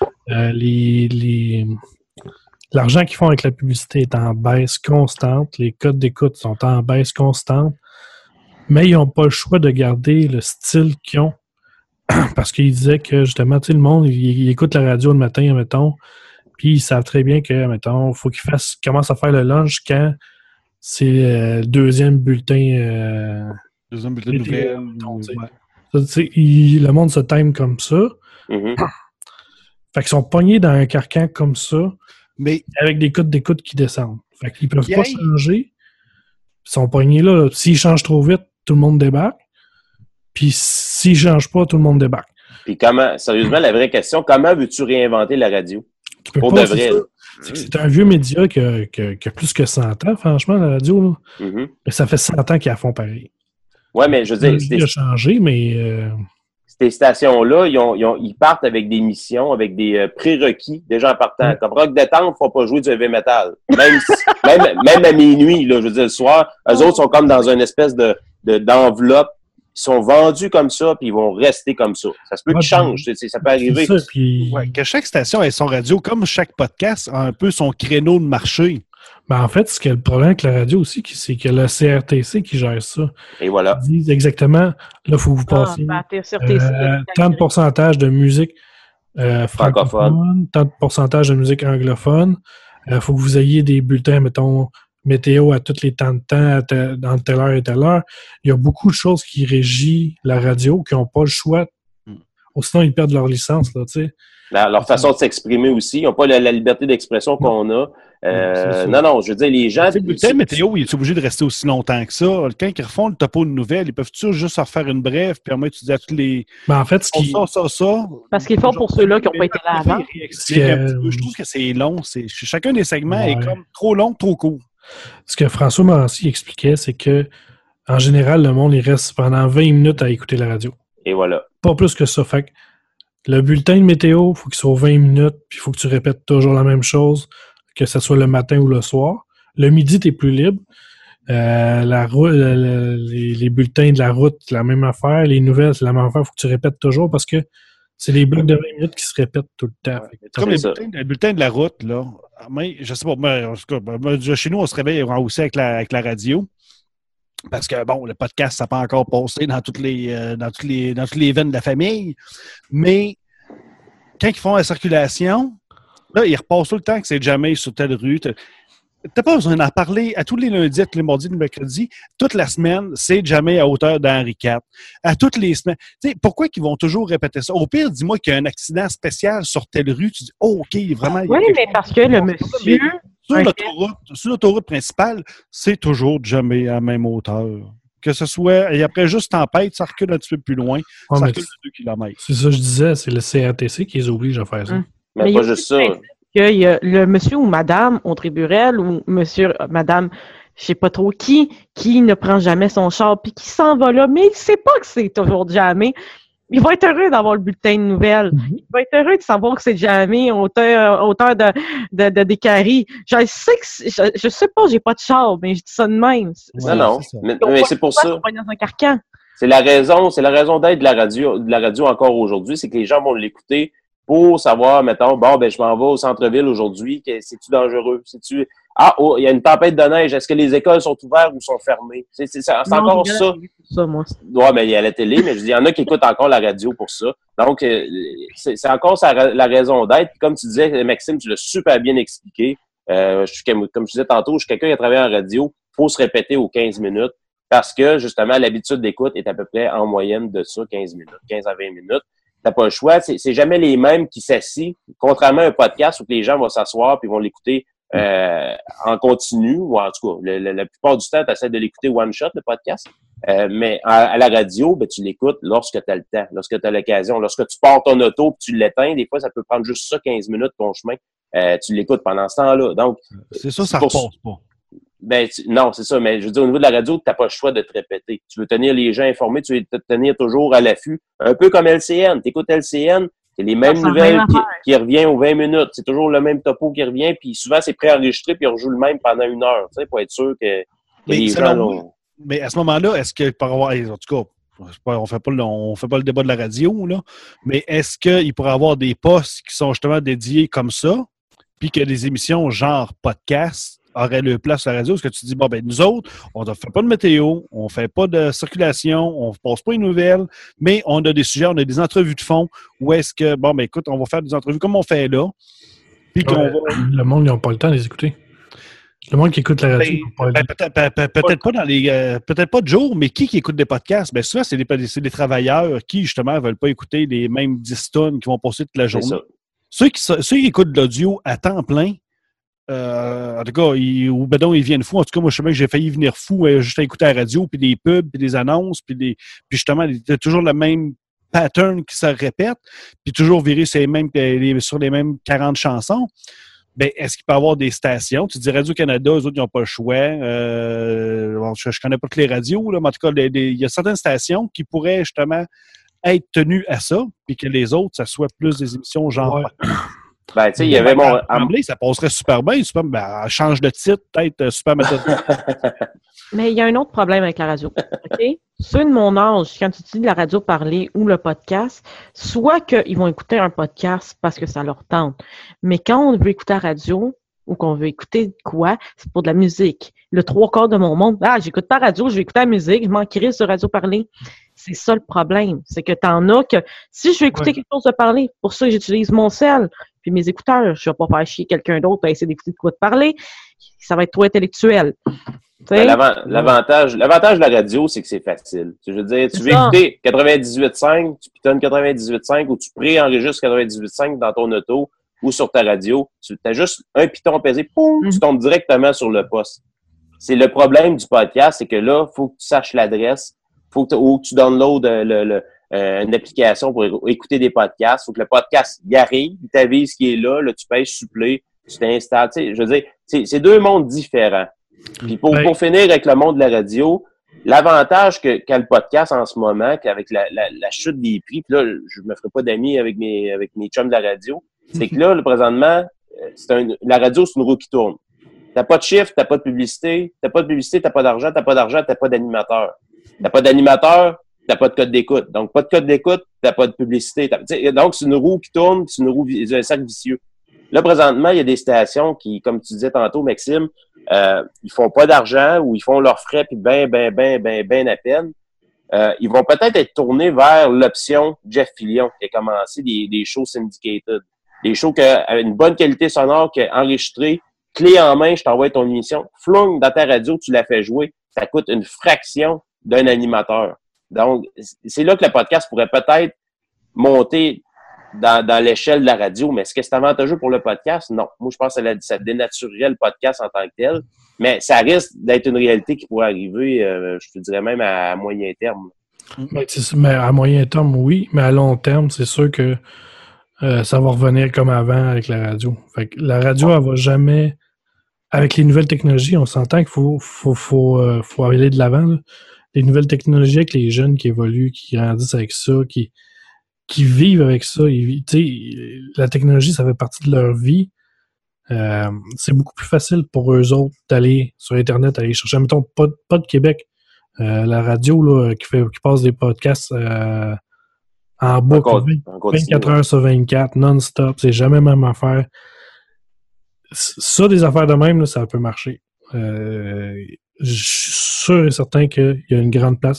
L'argent qu'ils font avec la publicité est en baisse constante. Les codes d'écoute sont en baisse constante. Mais ils n'ont pas le choix de garder le style qu'ils ont parce qu'il disait que, justement, tu sais, le monde, il écoute la radio le matin, mettons, puis ils savent très bien que, mettons, il faut qu'ils commencent à faire le lunch quand c'est le deuxième bulletin. Deuxième bulletin de nouvelles. Ça, tu sais, le monde se time comme ça. Mhm. Fait qu'ils sont pognés dans un carcan comme ça, Mais avec des codes d'écoute qui descendent. Fait qu'ils peuvent pas changer. Ils sont pognés là. S'ils changent trop vite, tout le monde débarque. Puis s'ils changent pas, tout le monde débarque. Puis sérieusement, la vraie question, comment veux-tu réinventer la radio? Tu peux Pour pas, de vrai. c'est un vieux média qui a plus que 100 ans, franchement, la radio. Là. Mhm. Mais ça fait 100 ans qu'ils la font pareil. Ouais, mais je veux dire, Il a changé, mais... ces stations-là, ils partent avec des missions, avec des prérequis déjà en partant. Comme Rock Détente, il ne faut pas jouer du heavy metal. Même à minuit, là, je veux dire, le soir, eux autres sont comme dans une espèce d'enveloppe. Ils sont vendus comme ça, puis ils vont rester comme ça. Ça se peut qu'ils changent, ça peut arriver. Ça, puis... ouais, que chaque station ait son radio, comme chaque podcast a un peu son créneau de marché. Ben en fait, ce qui est le problème avec la radio aussi, c'est que le CRTC qui gère ça. Et voilà. Ils disent exactement, là, il faut que vous passiez tant de pourcentage de musique francophone, tant de pourcentage de musique anglophone. Il faut que vous ayez des bulletins, mettons, météo à tous les temps de temps, dans telle heure et telle heure. Il y a beaucoup de choses qui régissent la radio, qui n'ont pas le choix. Ou sinon, ils perdent leur licence, là, tu sais. Leur façon de s'exprimer aussi. Ils n'ont pas la liberté d'expression qu'on a. Non, je veux dire, les gens... Le bulletin météo, il est obligé de rester aussi longtemps que ça. Quand ils refont le topo de nouvelles, ils peuvent-tu juste en refaire une brève puis permettre d'utiliser à tous les... Ben en fait, ça. Parce qu'ils font pour ceux-là qui n'ont pas été là avant. Je trouve que c'est long. Chacun des segments est comme trop long, trop court. Ce que François Morancy expliquait, c'est que en général, le monde, il reste pendant 20 minutes à écouter la radio. Et voilà. Pas plus que ça. Fait que le bulletin de météo, il faut qu'il soit 20 minutes, puis il faut que tu répètes toujours la même chose, que ce soit le matin ou le soir. Le midi, tu es plus libre. Les bulletins de la route, c'est la même affaire. Les nouvelles, c'est la même affaire. Il faut que tu répètes toujours parce que c'est des blocs de 20 minutes qui se répètent tout le temps. Comme les bulletins de la route, là. Mais, je sais pas, en tout cas, chez nous, on se réveille aussi avec la radio. Parce que, bon, le podcast, ça n'a pas encore passé dans toutes les veines de la famille. Mais quand ils font la circulation, là, ils repassent tout le temps que c'est jamais sur telle rue. T'as pas besoin d'en parler à tous les lundis, à tous les mardis, les mercredis. Toute la semaine, c'est jamais à hauteur d'Henri IV. À toutes les semaines. Tu sais, pourquoi ils vont toujours répéter ça? Au pire, dis-moi qu'il y a un accident spécial sur telle rue. Tu dis, oh, OK, vraiment. Oui, mais parce que le monsieur... Sur l'autoroute principale, c'est toujours jamais à la même hauteur. Que ce soit, et après juste tempête, ça recule un petit peu plus loin. Ça recule de 2 km. C'est ça que je disais, c'est le CRTC qui les oblige à faire ça. Mais pas juste ça. Il y a le monsieur ou madame Audrey Burel ou monsieur, madame, je sais pas trop qui ne prend jamais son char puis qui s'en va là, mais il sait pas que c'est toujours jamais. Il va être heureux d'avoir le bulletin de nouvelles. Il va être heureux de savoir que c'est jamais auteur de Décarie. Je sais pas, j'ai pas de char, mais je dis ça de même. Non, mais c'est pour ça. Dans un carcan. C'est la raison d'être de la radio encore aujourd'hui, c'est que les gens vont l'écouter pour savoir, mettons, je m'en vais au centre-ville aujourd'hui, c'est-tu dangereux? Il y a une tempête de neige, est-ce que les écoles sont ouvertes ou sont fermées? C'est encore ça. Ouais, mais il y a la télé, mais je dis, il y en a qui écoutent encore la radio pour ça. Donc, c'est encore la raison d'être. Puis comme tu disais, Maxime, tu l'as super bien expliqué. Comme je disais tantôt, je suis quelqu'un qui a travaillé en radio, il faut se répéter aux 15 minutes parce que, justement, l'habitude d'écoute est à peu près en moyenne de ça, 15 à 20 minutes. T'as pas le choix. C'est jamais les mêmes qui s'assient. Contrairement à un podcast où les gens vont s'asseoir puis vont l'écouter en continu, ou en tout cas, la plupart du temps, tu essaies de l'écouter one-shot, le podcast. Mais à la radio, tu l'écoutes lorsque tu as le temps, lorsque tu as l'occasion. Lorsque tu pars ton auto et tu l'éteins, des fois, ça peut prendre juste ça 15 minutes ton chemin. Tu l'écoutes pendant ce temps-là. Donc, c'est ça, ça repasse pas. Non, c'est ça, mais je veux dire, au niveau de la radio, tu n'as pas le choix de te répéter. Tu veux tenir les gens informés, tu veux te tenir toujours à l'affût. Un peu comme LCN. Tu écoutes LCN, c'est les mêmes nouvelles qui reviennent aux 20 minutes. C'est toujours le même topo qui revient, puis souvent, c'est préenregistré, puis on rejoue le même pendant 1 heure, tu sais, pour être sûr que les gens... Mais à ce moment-là, est-ce que, par avoir, en tout cas, on fait pas le débat de la radio, là, mais est-ce qu'il pourrait y avoir des postes qui sont justement dédiés comme ça, puis qu'il y a des émissions genre podcast aurait le place sur la radio? Est-ce que tu dis, bon, ben nous autres, on ne fait pas de météo, on ne fait pas de circulation, on ne passe pas une nouvelle, mais on a des sujets, on a des entrevues de fond, où est-ce que, bon, ben écoute, on va faire des entrevues comme on fait là, puis Le monde, ils n'ont pas le temps de les écouter. Le monde qui écoute la radio, peut-être pas de jour, mais qui écoute des podcasts? Ben souvent, c'est des travailleurs qui, justement, ne veulent pas écouter les mêmes 10 tonnes qui vont passer toute la journée. Ceux qui écoutent de l'audio à temps plein, en tout cas, ils viennent fous. En tout cas, moi, je sais bien que j'ai failli venir fou juste à écouter la radio, puis des pubs, puis des annonces, puis justement, il y a toujours le même pattern qui se répète, puis toujours virer sur les mêmes 40 chansons. Ben, est-ce qu'il peut y avoir des stations? Tu dis Radio-Canada, eux autres, ils n'ont pas le choix. Je connais pas toutes les radios, là, mais en tout cas, il y a certaines stations qui pourraient justement être tenues à ça, puis que les autres, ça soit plus des émissions genre... Ouais. Ben, tu sais, il y avait mon... Ça passerait super bien. Ben, change de titre, peut-être super méthodique. Mais il y a un autre problème avec la radio. OK? Ceux de mon âge, quand tu dis la radio parler ou le podcast, soit qu'ils vont écouter un podcast parce que ça leur tente. Mais quand on veut écouter la radio ou qu'on veut écouter quoi, c'est pour de la musique. Le 3/4 de mon monde, j'écoute pas la radio, je vais écouter la musique, je m'en crie sur radio parler. C'est ça le problème. C'est que t'en as que, si je veux écouter quelque chose de parler, pour ça j'utilise mon cell, puis mes écouteurs, je vais pas faire chier quelqu'un d'autre à essayer d'écouter de quoi de parler. Ça va être trop intellectuel. Ben, l'avantage de la radio, c'est que c'est facile. Je veux dire, tu veux écouter 98.5, tu pitonnes 98.5 ou tu pré-enregistres 98.5 dans ton auto ou sur ta radio. Tu as juste un piton pesé, poum, tu tombes directement sur le poste. C'est le problème du podcast, c'est que là, il faut que tu saches l'adresse, ou que tu downloads une application pour écouter des podcasts. Il faut que le podcast y arrive, il t'avise qu'il est là, tu payes supplé, tu t'installes. Tu sais, je veux dire, c'est deux mondes différents. Puis pour finir avec le monde de la radio, l'avantage qu'a le podcast en ce moment, qu'avec la chute des prix, puis là, je me ferai pas d'amis avec mes chums de la radio, c'est que là, présentement, la radio, c'est une roue qui tourne. T'as pas de chiffre, t'as pas de publicité, t'as pas d'argent, t'as pas d'animateur. T'as pas d'animateur, t'as pas de code d'écoute. Donc, pas de code d'écoute, t'as pas de publicité. Donc, c'est une roue qui tourne, c'est un cercle vicieux. Là, présentement, il y a des stations qui, comme tu disais tantôt, Maxime, ils font pas d'argent ou ils font leurs frais puis ben à peine. Ils vont peut-être être tournés vers l'option Jeff Fillion qui a commencé des shows syndicated. Des shows avec une bonne qualité sonore, qui est enregistrée, clé en main, je t'envoie ton émission, flung dans ta radio, tu la fais jouer. Ça coûte une fraction d'un animateur. Donc, c'est là que le podcast pourrait peut-être monter dans l'échelle de la radio. Mais est-ce que c'est avantageux pour le podcast? Non. Moi, je pense que ça dénaturerait le podcast en tant que tel. Mais ça risque d'être une réalité qui pourrait arriver, je te dirais même à moyen terme. Mais à moyen terme, oui. Mais à long terme, c'est sûr que ça va revenir comme avant avec la radio. Fait que la radio, elle va jamais... Avec les nouvelles technologies, on s'entend qu'il faut aller de l'avant, là. Les nouvelles technologies avec les jeunes qui évoluent, qui grandissent avec ça, qui vivent avec ça. La technologie, ça fait partie de leur vie. C'est beaucoup plus facile pour eux autres d'aller sur Internet, aller chercher. Mettons, pas de Québec. La radio là, qui passe des podcasts en boucle 24 heures sur 24, non-stop. C'est jamais la même affaire. Ça, des affaires de même, là, ça peut marcher. Je suis sûr et certain qu'il y a une grande place.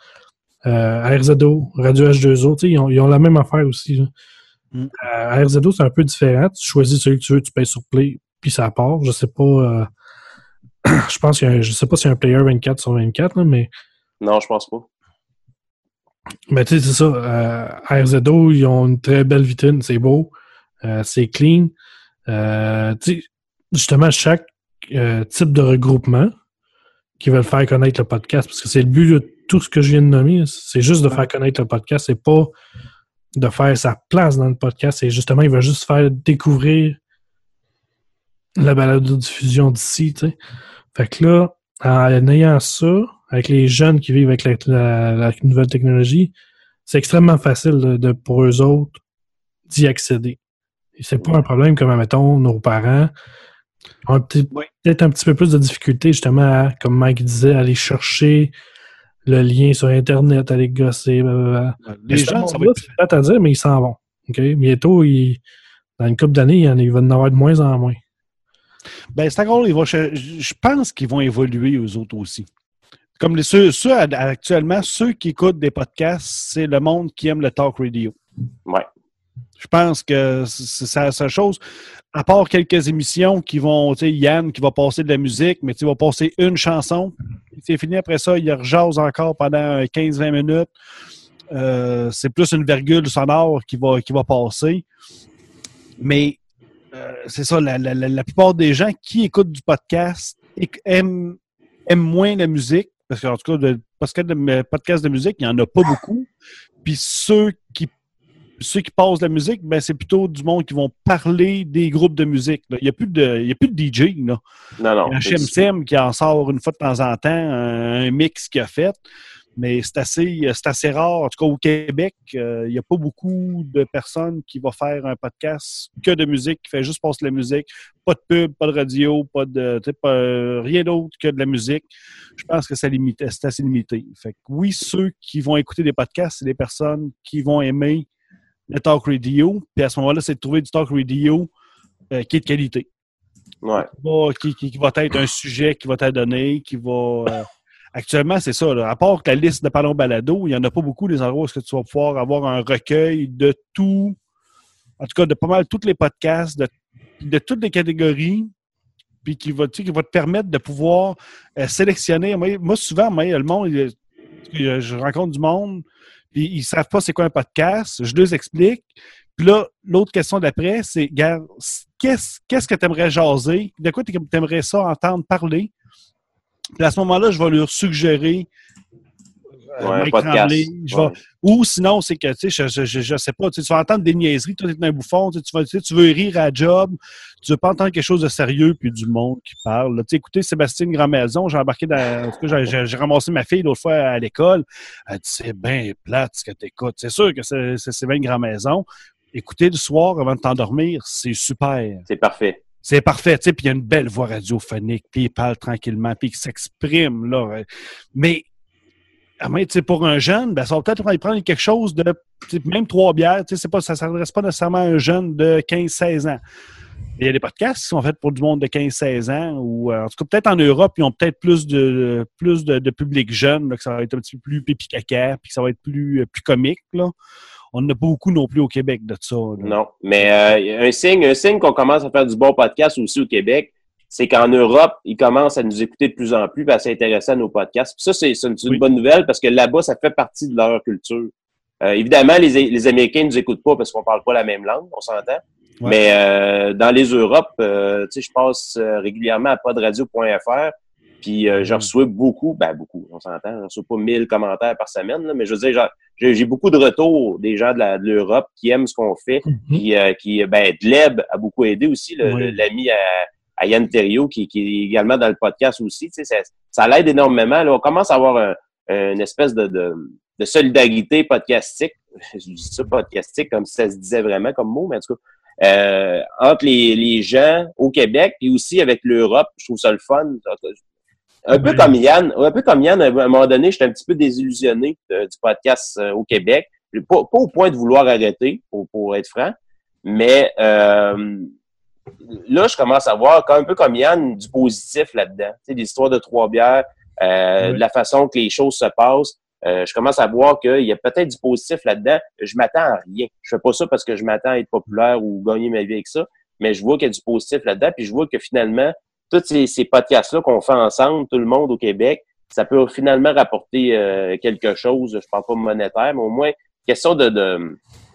RZO, Radio H2O, ils ont la même affaire aussi. RZO, c'est un peu différent. Tu choisis celui que tu veux, tu payes sur Play, puis ça part. Je sais pas. Je sais pas s'il y a un player 24 sur 24, là, mais. Non, je pense pas. Mais tu sais, c'est ça. RZO, ils ont une très belle vitrine, c'est beau, c'est clean. Justement, chaque type de regroupement qui veulent faire connaître le podcast, parce que c'est le but de tout ce que je viens de nommer, c'est juste de faire connaître le podcast, c'est pas de faire sa place dans le podcast, c'est justement, il va juste faire découvrir la balado-diffusion d'ici, tu sais. Fait que là, en ayant ça, avec les jeunes qui vivent avec la nouvelle technologie, c'est extrêmement facile pour eux autres d'y accéder. Et c'est pas un problème comme, mettons, nos parents ont peut-être un petit peu plus de difficulté, justement, à, comme Mike disait, aller chercher le lien sur Internet, aller gosser, blablabla. Les gens, ça va être peut-être à dire, mais ils s'en vont. Okay? Bientôt, dans une couple d'années, il va en avoir de moins en moins. Ben, c'est encore, je pense qu'ils vont évoluer eux autres aussi. Comme actuellement, ceux qui écoutent des podcasts, c'est le monde qui aime le talk radio. Ouais. Je pense que c'est la seule chose. À part quelques émissions qui vont, tu sais, Yann qui va passer de la musique, mais tu vas passer une chanson. C'est fini après ça, il rejase encore pendant 15-20 minutes. C'est plus une virgule sonore qui va passer. Mais c'est ça, la plupart des gens qui écoutent du podcast aiment moins la musique, parce qu'en tout cas, de podcasts de musique, il n'y en a pas beaucoup. Puis ceux qui passent de la musique, ben c'est plutôt du monde qui vont parler des groupes de musique. Là. Il n'y a plus de DJ. Là. Non. Il y a un HMCM qui en sort une fois de temps en temps, un mix qu'il a fait. Mais c'est assez rare. En tout cas, au Québec, il n'y a pas beaucoup de personnes qui vont faire un podcast que de musique, qui fait juste passer de la musique. Pas de pub, pas de radio, rien d'autre que de la musique. Je pense que c'est assez limité. Fait que oui, ceux qui vont écouter des podcasts, c'est des personnes qui vont aimer le talk radio. Puis à ce moment-là, c'est de trouver du talk radio qui est de qualité. Ouais. Qui va être un sujet qui va être donné, qui va... Actuellement, c'est ça. Là. À part que la liste de Parlons Balado, il n'y en a pas beaucoup des endroits où tu vas pouvoir avoir un recueil de tout, en tout cas de pas mal tous les podcasts, de toutes les catégories, puis qui va te permettre de pouvoir sélectionner. Moi, souvent, le monde, je rencontre du monde, puis ils ne savent pas c'est quoi un podcast, je leur explique. Puis là, l'autre question d'après, c'est, regarde, qu'est-ce que tu aimerais jaser? De quoi tu aimerais ça entendre parler? Puis à ce moment-là, je vais leur suggérer un podcast. Ou sinon, c'est que, tu sais, je sais pas, tu vas entendre des niaiseries, toi, t'es un bouffon, tu veux rire à la job, tu veux pas entendre quelque chose de sérieux puis du monde qui parle. Tu sais, écoutez, Sébastien Grandmaison, j'ai embarqué en tout cas, j'ai ramassé ma fille l'autre fois à l'école. Elle dit, c'est bien plate ce que t'écoutes. C'est sûr que c'est bien Grandmaison. Écouter le soir avant de t'endormir, c'est super. C'est parfait. C'est parfait, tu sais, puis il y a une belle voix radiophonique, puis il parle tranquillement, puis il s'exprime, là. Mais, tu sais, pour un jeune, ben, ça va peut-être prendre quelque chose de, même 3 bières, tu sais, ça ne s'adresse pas nécessairement à un jeune de 15-16 ans. Il y a des podcasts qui sont faits pour du monde de 15-16 ans, ou en tout cas, peut-être en Europe, ils ont peut-être plus de public jeune, là, que ça va être un petit peu plus pipi-caca, puis que ça va être plus comique, là. On n'a pas beaucoup non plus au Québec de ça. Là. Non, mais un signe qu'on commence à faire du bon podcast aussi au Québec, c'est qu'en Europe, ils commencent à nous écouter de plus en plus et à s'intéresser à nos podcasts. Puis ça, c'est une bonne nouvelle parce que là-bas, ça fait partie de leur culture. Évidemment, les Américains ne nous écoutent pas parce qu'on parle pas la même langue, on s'entend. Ouais. Mais dans les Europes, tu sais, je passe régulièrement à podradio.fr. Puis je reçois beaucoup, on s'entend, je reçois pas 1000 commentaires par semaine, là, mais je veux dire, j'ai beaucoup de retours des gens de l'Europe qui aiment ce qu'on fait, qui Dleb a beaucoup aidé aussi, l'ami à Yann Thériault, qui est également dans le podcast aussi, tu sais, ça l'aide énormément, là, on commence à avoir une espèce de solidarité podcastique, je dis ça podcastique comme si ça se disait vraiment comme mot, mais en tout cas, entre les gens au Québec et aussi avec l'Europe, je trouve ça le fun. Un peu comme Yann, à un moment donné, j'étais un petit peu désillusionné du podcast au Québec. Pas au point de vouloir arrêter, pour être franc, mais là, je commence à voir, un peu comme Yann, du positif là-dedans. Tu sais, l'histoire de 3 bières, de la façon que les choses se passent. Je commence à voir qu'il y a peut-être du positif là-dedans. Je m'attends à rien. Je fais pas ça parce que je m'attends à être populaire ou gagner ma vie avec ça, mais je vois qu'il y a du positif là-dedans, puis je vois que finalement, tous ces podcasts-là qu'on fait ensemble, tout le monde au Québec, ça peut finalement rapporter quelque chose, je parle pas monétaire, mais au moins, question de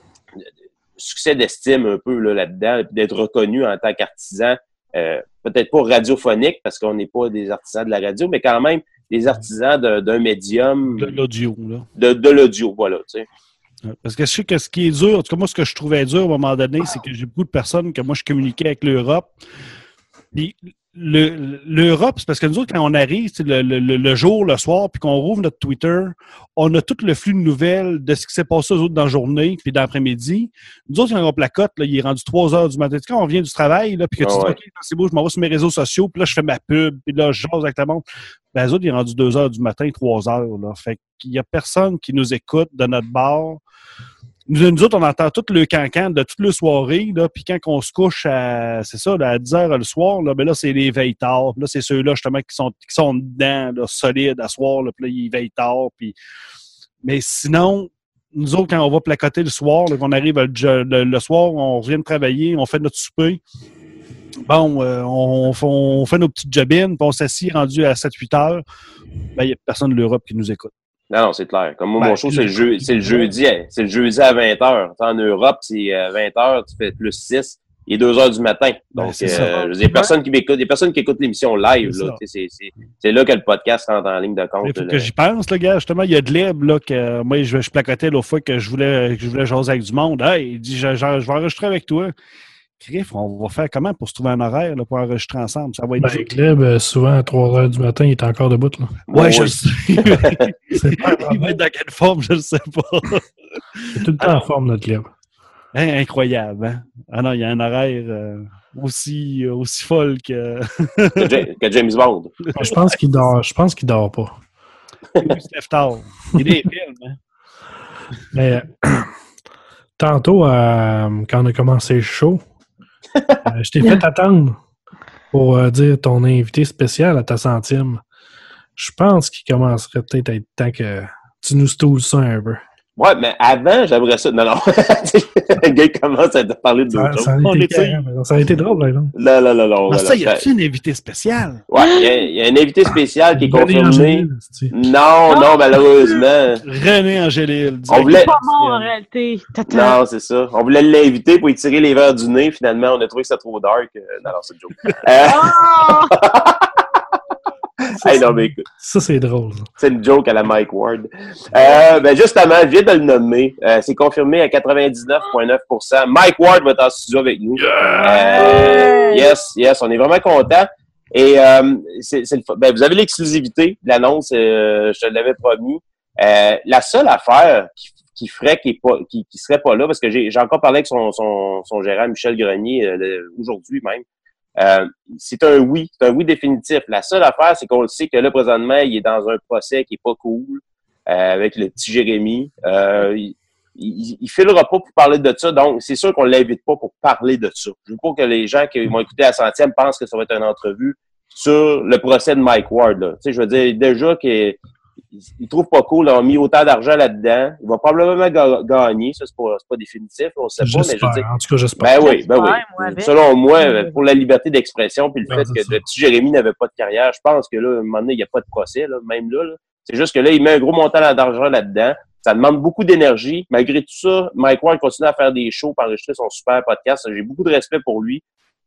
succès d'estime un peu là-dedans, d'être reconnu en tant qu'artisan, peut-être pas radiophonique, parce qu'on n'est pas des artisans de la radio, mais quand même des artisans d'un médium. De l'audio, là. De l'audio, voilà, tu sais. Parce que je sais que ce qui est dur, en tout cas, moi, ce que je trouvais dur à un moment donné, c'est que j'ai beaucoup de personnes que moi, je communiquais avec l'Europe. Puis, l'Europe, c'est parce que nous autres, quand on arrive le jour, le soir, puis qu'on rouvre notre Twitter, on a tout le flux de nouvelles de ce qui s'est passé aux autres dans la journée, puis dans l'après-midi. Nous autres, quand on placote, là, il est rendu 3 heures du matin. Tu sais, quand on vient du travail, là, puis que tu dis, OK, c'est beau, je m'en vais sur mes réseaux sociaux, puis là, je fais ma pub, puis là, je jase avec le monde. Ben, les autres, il est rendu 2 heures du matin, 3 heures. Là. Fait qu'il y a personne qui nous écoute de notre bar. Nous autres, on entend tout le cancan de toute la soirée, là, puis quand on se couche à 10 heures le soir, là, ben là, c'est les veilles tard. Là, c'est ceux-là, justement, qui sont dedans, là, solides, à soir, là, puis là, ils veillent tard. Puis... Mais sinon, nous autres, quand on va placoter le soir, là, qu'on arrive le soir, on revient de travailler, on fait notre souper. Bon, on fait nos petites jobines, puis on s'assied rendu à 7-8 heures. Ben, il n'y a personne de l'Europe qui nous écoute. Non, c'est clair. Comme moi, mon show, c'est le jeudi à 20h. En Europe, c'est 20h, tu fais plus 6. Il est 2h du matin. Donc, il y a personne qui m'écoute. Il y a personne qui écoute l'émission live. Là. C'est là que le podcast rentre en ligne de compte. Il faut que j'y pense, le gars. Justement, il y a de l'eb, là, que moi, je placotais l'autre fois que je voulais jaser avec du monde. Hey, il dit, je vais enregistrer avec toi. Criff, on va faire comment pour se trouver un horaire là, pour enregistrer ensemble? Ça va être Gleb, souvent à 3h du matin, il est encore debout. Là. Ouais, je le sais. Il va être dans quelle forme, je ne sais pas. Il est tout le temps en forme, notre Gleb. Hein, incroyable, hein? Ah non, il y a un horaire aussi folle que James Bond. Je pense qu'il dort pas. Il se lève tard. Il est des films, hein? Mais tantôt, quand on a commencé le show, je t'ai fait attendre pour dire ton invité spécial à ta centième. Je pense qu'il commencerait peut-être à être temps que tu nous stoules ça un peu. Ouais, mais avant, j'aimerais ça. Non. Le gars commence à te parler d'autres choses. Ça a été drôle, par exemple. Non. Ça, y a-t-il un invité spécial? Ouais, il y a un invité spécial qui est confirmé. Non, malheureusement. René Angélil. On voulait... pas bon, en réalité. Non, c'est ça. On voulait l'inviter pour y tirer les verres du nez. Finalement, on a trouvé que c'était trop dark. Non, c'est une joke. Non, mais écoute. Ça, c'est drôle. C'est une joke à la Mike Ward. Justement, je viens de le nommer. C'est confirmé à 99,9%. Mike Ward va être en studio avec nous. Yes, on est vraiment contents. Et vous avez l'exclusivité de l'annonce, je te l'avais promis. La seule affaire qui ferait qui serait pas là, parce que j'ai encore parlé avec son gérant Michel Grenier aujourd'hui même. C'est un oui définitif. La seule affaire, c'est qu'on le sait que là, présentement, il est dans un procès qui est pas cool avec le petit Jérémy. Il filera pas pour parler de ça, donc c'est sûr qu'on l'invite pas pour parler de ça. Je veux pas que les gens qui vont écouter la centième pensent que ça va être une entrevue sur le procès de Mike Ward. Là. Tu sais, je veux dire, déjà qu'il trouve pas cool, on a mis autant d'argent là-dedans. Il va probablement gagner, ça c'est pas définitif, on sait pas, mais je veux dire. En tout cas, j'espère. Ben oui. Selon moi, pour la liberté d'expression, puis le fait que le petit Jérémy n'avait pas de carrière, je pense que là, à un moment donné, il n'y a pas de procès, là, même là. C'est juste que là, il met un gros montant d'argent là-dedans. Ça demande beaucoup d'énergie. Malgré tout ça, Mike Ward continue à faire des shows, pour enregistrer son super podcast. J'ai beaucoup de respect pour lui.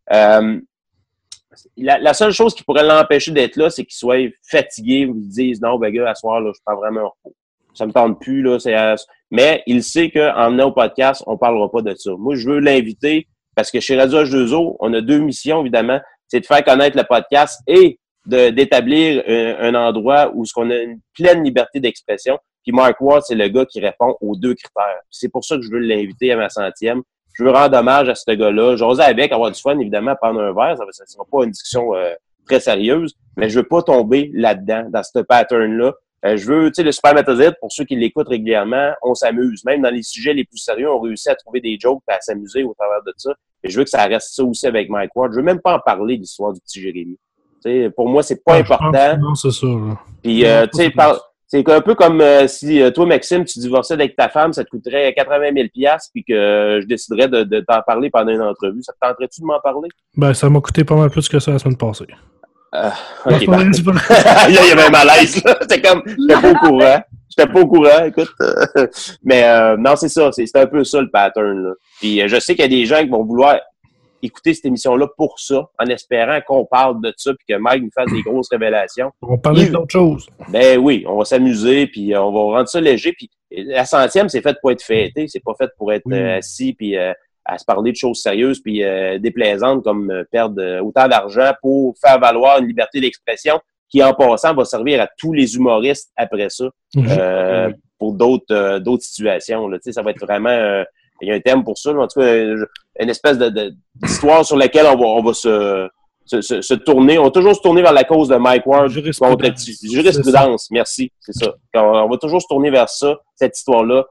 La seule chose qui pourrait l'empêcher d'être là, c'est qu'il soit fatigué, ou qu'il dise non, ben gars, à soir, là, je prends vraiment un repos. Ça me tente plus, là. Mais il sait qu'en venant au podcast, on parlera pas de ça. Moi, je veux l'inviter parce que chez Radio H2O, on a 2 missions, évidemment. C'est de faire connaître le podcast et d'établir un endroit où on a une pleine liberté d'expression. Puis Mark Ward, c'est le gars qui répond aux 2 critères. Puis c'est pour ça que je veux l'inviter à ma centième. Je veux rendre hommage à ce gars-là. J'ose avec, avoir du fun, évidemment, prendre un verre. Ça ne sera pas une discussion très sérieuse, mais je veux pas tomber là-dedans, dans ce pattern-là. Je veux, tu sais, le Super Méthode, pour ceux qui l'écoutent régulièrement, on s'amuse. Même dans les sujets les plus sérieux, on réussit à trouver des jokes et à s'amuser au travers de ça. Et je veux que ça reste ça aussi avec Mike Ward. Je veux même pas en parler de l'histoire du petit Jérémy. Tu sais, pour moi, c'est pas important. Non, c'est ça. Là. Puis, tu sais, c'est un peu comme si toi, Maxime, tu divorçais avec ta femme, ça te coûterait 80 000 $, puis que je déciderais de t'en parler pendant une entrevue. Ça te tenterait-tu de m'en parler? Ben, ça m'a coûté pas mal plus que ça la semaine passée. OK, là, il y avait un malaise, là. C'était comme, j'étais pas au courant, écoute. Mais non, c'est ça. C'est un peu ça, le pattern, là. Puis je sais qu'il y a des gens qui vont vouloir écouter cette émission-là pour ça, en espérant qu'on parle de ça, puis que Mike nous fasse des grosses révélations. On va parler d'autres choses. Ben oui, on va s'amuser, puis on va rendre ça léger. Puis la centième, c'est fait pour être fêté, c'est pas fait pour être assis, puis à se parler de choses sérieuses, puis déplaisantes, comme perdre autant d'argent pour faire valoir une liberté d'expression qui, en passant, va servir à tous les humoristes après ça, pour d'autres situations. Là. Tu sais, ça va être vraiment... il y a un thème pour ça, mais en tout cas, une espèce d'histoire sur laquelle on va se tourner. On va toujours se tourner vers la cause de Mike Ward. Jurisprudence, merci, c'est ça. On va toujours se tourner vers ça, cette histoire-là,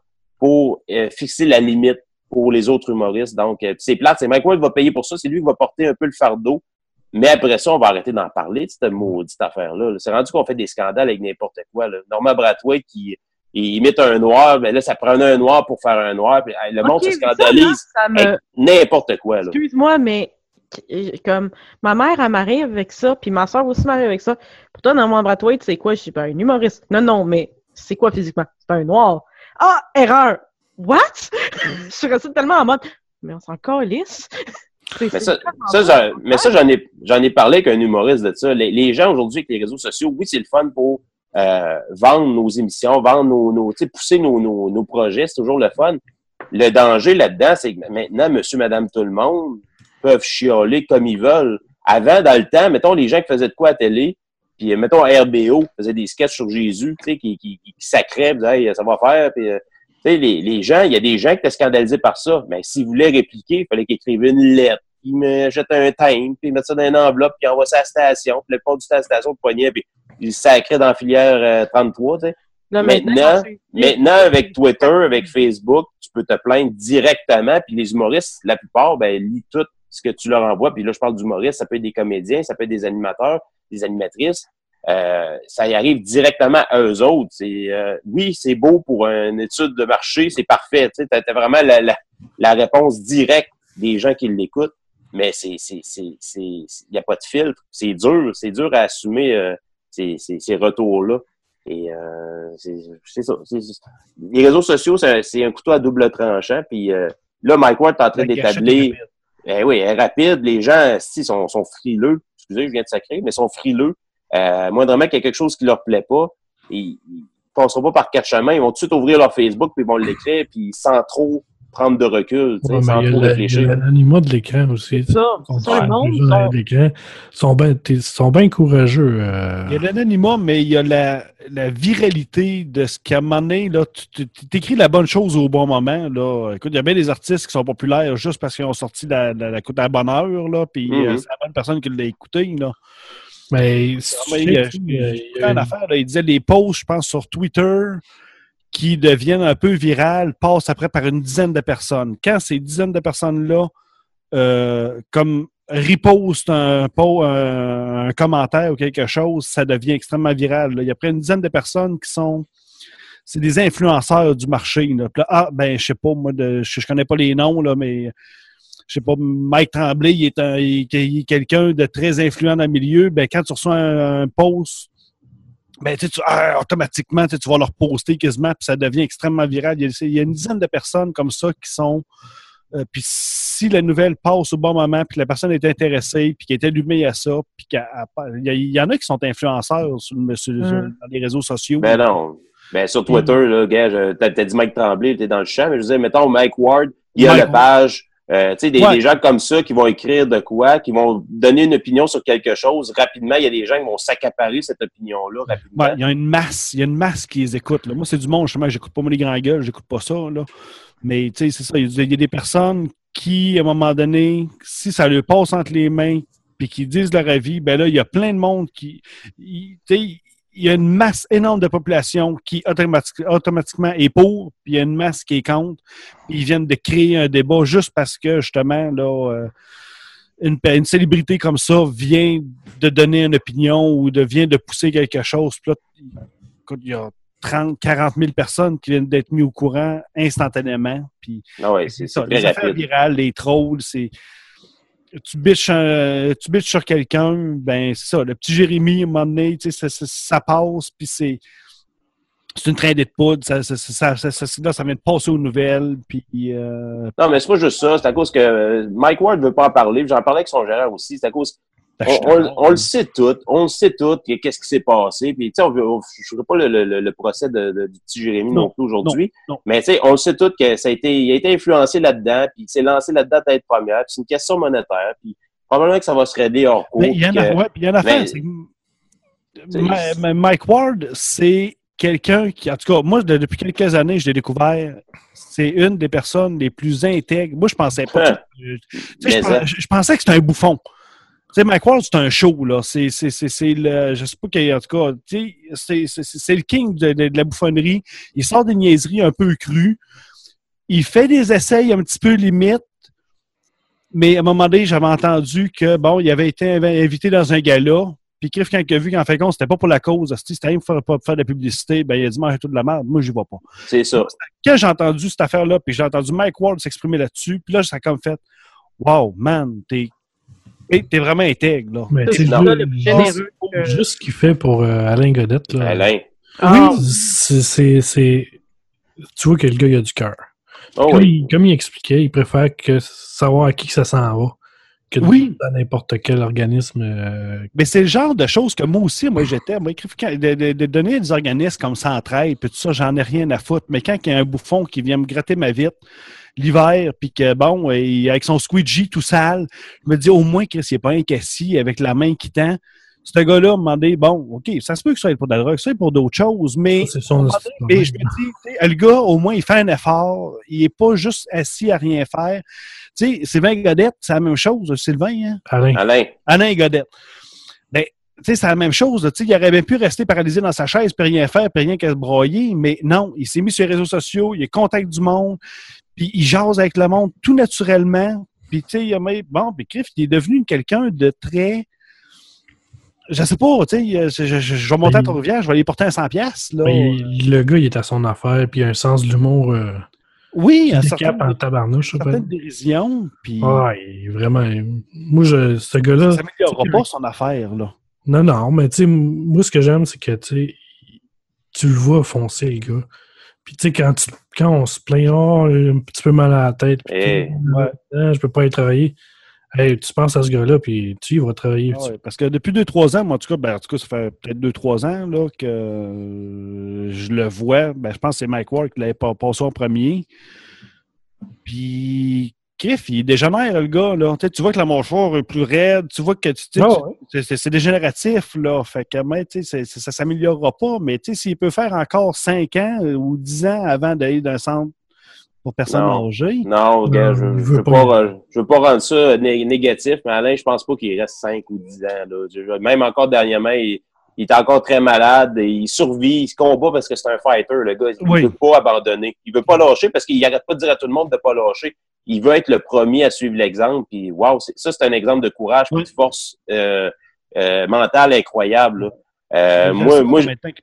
pour fixer la limite pour les autres humoristes. Donc, c'est plate, c'est Mike Ward va payer pour ça, c'est lui qui va porter un peu le fardeau. Mais après ça, on va arrêter d'en parler de cette maudite affaire-là. C'est rendu qu'on fait des scandales avec n'importe quoi. Là. Norman Brathwaite qui imite un noir, ben là, ça prenait un noir pour faire un noir. Puis, le monde se scandalise avec n'importe quoi. Là. Excuse-moi, mais comme ma mère, elle m'arrive avec ça, puis ma soeur aussi m'arrive avec ça. Pour toi, Norman Brathwaite, c'est quoi? Je suis pas un humoriste. Non, mais c'est quoi physiquement? C'est un noir. Ah, erreur! What? Je suis restée tellement en mode, mais on s'en calisse. Mais ça, j'en ai parlé avec un humoriste de ça. Les gens aujourd'hui avec les réseaux sociaux, oui, c'est le fun pour vendre nos émissions, vendre pousser nos projets, c'est toujours le fun. Le danger là-dedans, c'est que maintenant, monsieur, madame, tout le monde peuvent chialer comme ils veulent. Avant, dans le temps, mettons, les gens qui faisaient de quoi à télé, puis mettons, RBO faisaient des sketchs sur Jésus, tu sais, qui sacraient, hey, ça va faire, puis les gens, il y a des gens qui étaient scandalisés par ça. Mais s'ils voulaient répliquer, il fallait qu'ils écrivent une lettre, ils me jettent un timbre, puis ils mettent ça dans une enveloppe, puis ils envoient ça à la station, puis le pont du temps à la station de poignet, puis ils sacraient dans la filière 33, tu sais. Maintenant, avec Twitter, avec Facebook, tu peux te plaindre directement, puis les humoristes, la plupart, ben, lisent tout ce que tu leur envoies. Puis là, je parle d'humoristes, ça peut être des comédiens, ça peut être des animateurs, des animatrices. Ça y arrive directement à eux autres. Oui, c'est beau pour une étude de marché, c'est parfait. Tu sais, t'as vraiment la réponse directe des gens qui l'écoutent, mais il n'y a pas de filtre. C'est dur à assumer ces retours-là. Et c'est ça. Les réseaux sociaux, c'est un couteau à double tranchant. Puis là, Mike Ward est en train d'établir. Oui, elle est rapide. Les gens, sont frileux. Excusez, je viens de sacrer, mais sont frileux. Moindrement qu'il y a quelque chose qui leur plaît pas, ils passeront pas par quatre chemins, ils vont tout de suite ouvrir leur Facebook, puis ils vont l'écrire, puis sans trop prendre de recul, sans trop réfléchir. Il y a l'anonymat de l'écran aussi. C'est ça. Les gens sont bien courageux. Il y a l'anonymat, mais il y a la viralité de ce qu'à un moment donné, là, tu écris la bonne chose au bon moment. Là. Écoute, il y a bien des artistes qui sont populaires juste parce qu'ils ont sorti la bonne heure, là, puis c'est la bonne personne qui l'a écouté, là. Mais il y a une affaire, là, il disait les posts, je pense, sur Twitter qui deviennent un peu virales passent après par une dizaine de personnes. Quand ces dizaines de personnes-là comme repostent un commentaire ou quelque chose, ça devient extrêmement viral. Là. Il y a près une dizaine de personnes qui c'est des influenceurs du marché. Là. Puis là, je sais pas, moi, je connais pas les noms, là, mais je sais pas, Mike Tremblay, il est quelqu'un de très influent dans le milieu. Ben, quand tu reçois un post, ben, automatiquement, tu vas leur poster quasiment, puis ça devient extrêmement viral. Il y a une dizaine de personnes comme ça qui sont... puis si la nouvelle passe au bon moment, puis la personne est intéressée, puis qui est allumée à ça, puis il y en a qui sont influenceurs dans les réseaux sociaux. Ben non. Ben, sur Twitter, là, gars, t'as dit Mike Tremblay, t'es dans le champ, mais je disais, mettons, Mike Ward, il y a la page... tu sais, des gens comme ça qui vont écrire de quoi, qui vont donner une opinion sur quelque chose. Rapidement, il y a des gens qui vont s'accaparer cette opinion-là rapidement. Ouais, il y a une masse qui les écoute. Là. Moi, c'est du monde, justement, j'écoute pas moi les grands gueules, j'écoute pas ça. Là. Mais tu sais, c'est ça, il y a des personnes qui, à un moment donné, si ça leur passe entre les mains puis qui disent leur avis, ben là, il y a plein de monde qui... Tu sais, il y a une masse énorme de population qui automatiquement est pour, puis il y a une masse qui est contre. Puis ils viennent de créer un débat juste parce que, justement, là, une célébrité comme ça vient de donner une opinion ou vient de pousser quelque chose. Puis là, écoute, il y a 30, 40 000 personnes qui viennent d'être mis au courant instantanément. Puis, c'est ça. Très les affaires virales, les trolls, c'est... Tu bitches sur quelqu'un, ben c'est ça. Le petit Jérémy, à un moment donné, ça passe, puis c'est une traînée de poudre. Ça vient de passer aux nouvelles. Puis, Non, mais c'est pas juste ça. C'est à cause que Mike Ward veut pas en parler. J'en parlais avec son gérant aussi. C'est à cause... On le sait tout. On le sait tout. Qu'est-ce qui s'est passé. Puis, tu sais, je ne ferai pas le procès du petit Jérémy non plus aujourd'hui. Non. Mais, tu sais, on le sait tout que il a été influencé là-dedans. Puis, il s'est lancé là-dedans à être première. Puis, c'est une question monétaire. Puis, probablement que ça va se régler hors cours. Mais il y en a fait. Mike Ward, c'est quelqu'un qui, en tout cas, moi, depuis quelques années, je l'ai découvert. C'est une des personnes les plus intègres. Moi, je pensais pas. Je pensais que c'était un bouffon. Tu sais, Mike Ward, c'est un show, là. C'est le... Je sais pas qu'il y a... En tout cas, tu sais, c'est le king de la bouffonnerie. Il sort des niaiseries un peu crues. il fait des essais un petit peu limite, mais à un moment donné, j'avais entendu que, bon, il avait été invité dans un gala, puis Criff, quand il a vu qu'en fait, c'était pas pour la cause, c'était même pour faire de la publicité, ben, il a dit, mange tout de la merde, moi, j'y vais pas. C'est ça. Quand j'ai entendu cette affaire-là, puis j'ai entendu Mike Ward s'exprimer là-dessus, puis là, ça a comme fait, wow, man, t'es vraiment intègre, là. Mais C'est tu ça, le plus généreux. juste ce qu'il fait pour Alain Godette, là. Alain. Ah, C'est. Tu vois que le gars, il a du cœur. Oh, Comme, oui. comme il expliquait, il préfère que savoir à qui ça s'en va que de Oui. à n'importe quel organisme. Mais c'est le genre de choses que moi aussi, j'étais. De donner des organismes comme Centraide, puis tout ça, j'en ai rien à foutre. Mais quand il y a un bouffon qui vient me gratter ma vitre l'hiver, puis que, bon, avec son squeegee tout sale, je me dis au moins qu'il n'y a pas un cassis avec la main qui tend. Ce gars-là m'a demandé, bon, OK, ça se peut que ça soit pour de la drogue, ça soit pour d'autres choses, mais, C'est son mais je me dis, tu sais, le gars, au moins, il fait un effort. Il n'est pas juste assis à rien faire. Tu sais, Sylvain Godette, c'est la même chose, Sylvain, hein? Alain Godette. Ben, tu sais, c'est la même chose. Tu sais, il aurait bien pu rester paralysé dans sa chaise, puis rien faire, puis rien qu'à se broyer, mais non, il s'est mis sur les réseaux sociaux, il est contact du monde, puis il jase avec le monde tout naturellement. Puis, tu sais, bon, puis Criff, il est devenu quelqu'un de très... Je sais pas, tu sais, je vais monter à Trois-Rivières, je vais aller porter un 100$. Là. Le gars, il est à son affaire, puis il a un sens de l'humour. Oui, un certain en tabarnouche. Certaine dérision. Puis... Ouais, vraiment. Moi, ce gars-là. Ça s'améliorera pas son affaire, là. Non, mais tu sais, moi, ce que j'aime, c'est que tu le vois foncer, le gars. Puis, tu sais, quand on se plaint, un petit peu mal à la tête, puis je peux pas aller travailler. Hey, tu penses à ce gars-là, puis tu vas travailler. Ah ouais, parce que depuis 2-3 ans, moi, en tout cas, ça fait peut-être 2-3 ans là, que je le vois. Ben, je pense que c'est Mike Ward qui l'avait passé en premier. Puis, Criff, il dégénère, le gars. Là. Tu vois que la mâchoire est plus raide. Tu vois que c'est dégénératif. Là. Fait que, ça ne s'améliorera pas. Mais s'il peut faire encore 5 ans ou 10 ans avant d'aller dans un centre pour personnes âgées. Non, gars, je veux pas rendre ça négatif, mais Alain, je pense pas qu'il reste 5 ou 10 ans. Là. Même encore dernièrement, il est encore très malade, et il survit, il se combat parce que c'est un fighter, le gars. Il veut pas abandonner. Il veut pas lâcher parce qu'il arrête pas de dire à tout le monde de pas lâcher. Il veut être le premier à suivre l'exemple. Puis, wow, ça, c'est un exemple de courage et de force mentale incroyable, là. Moi,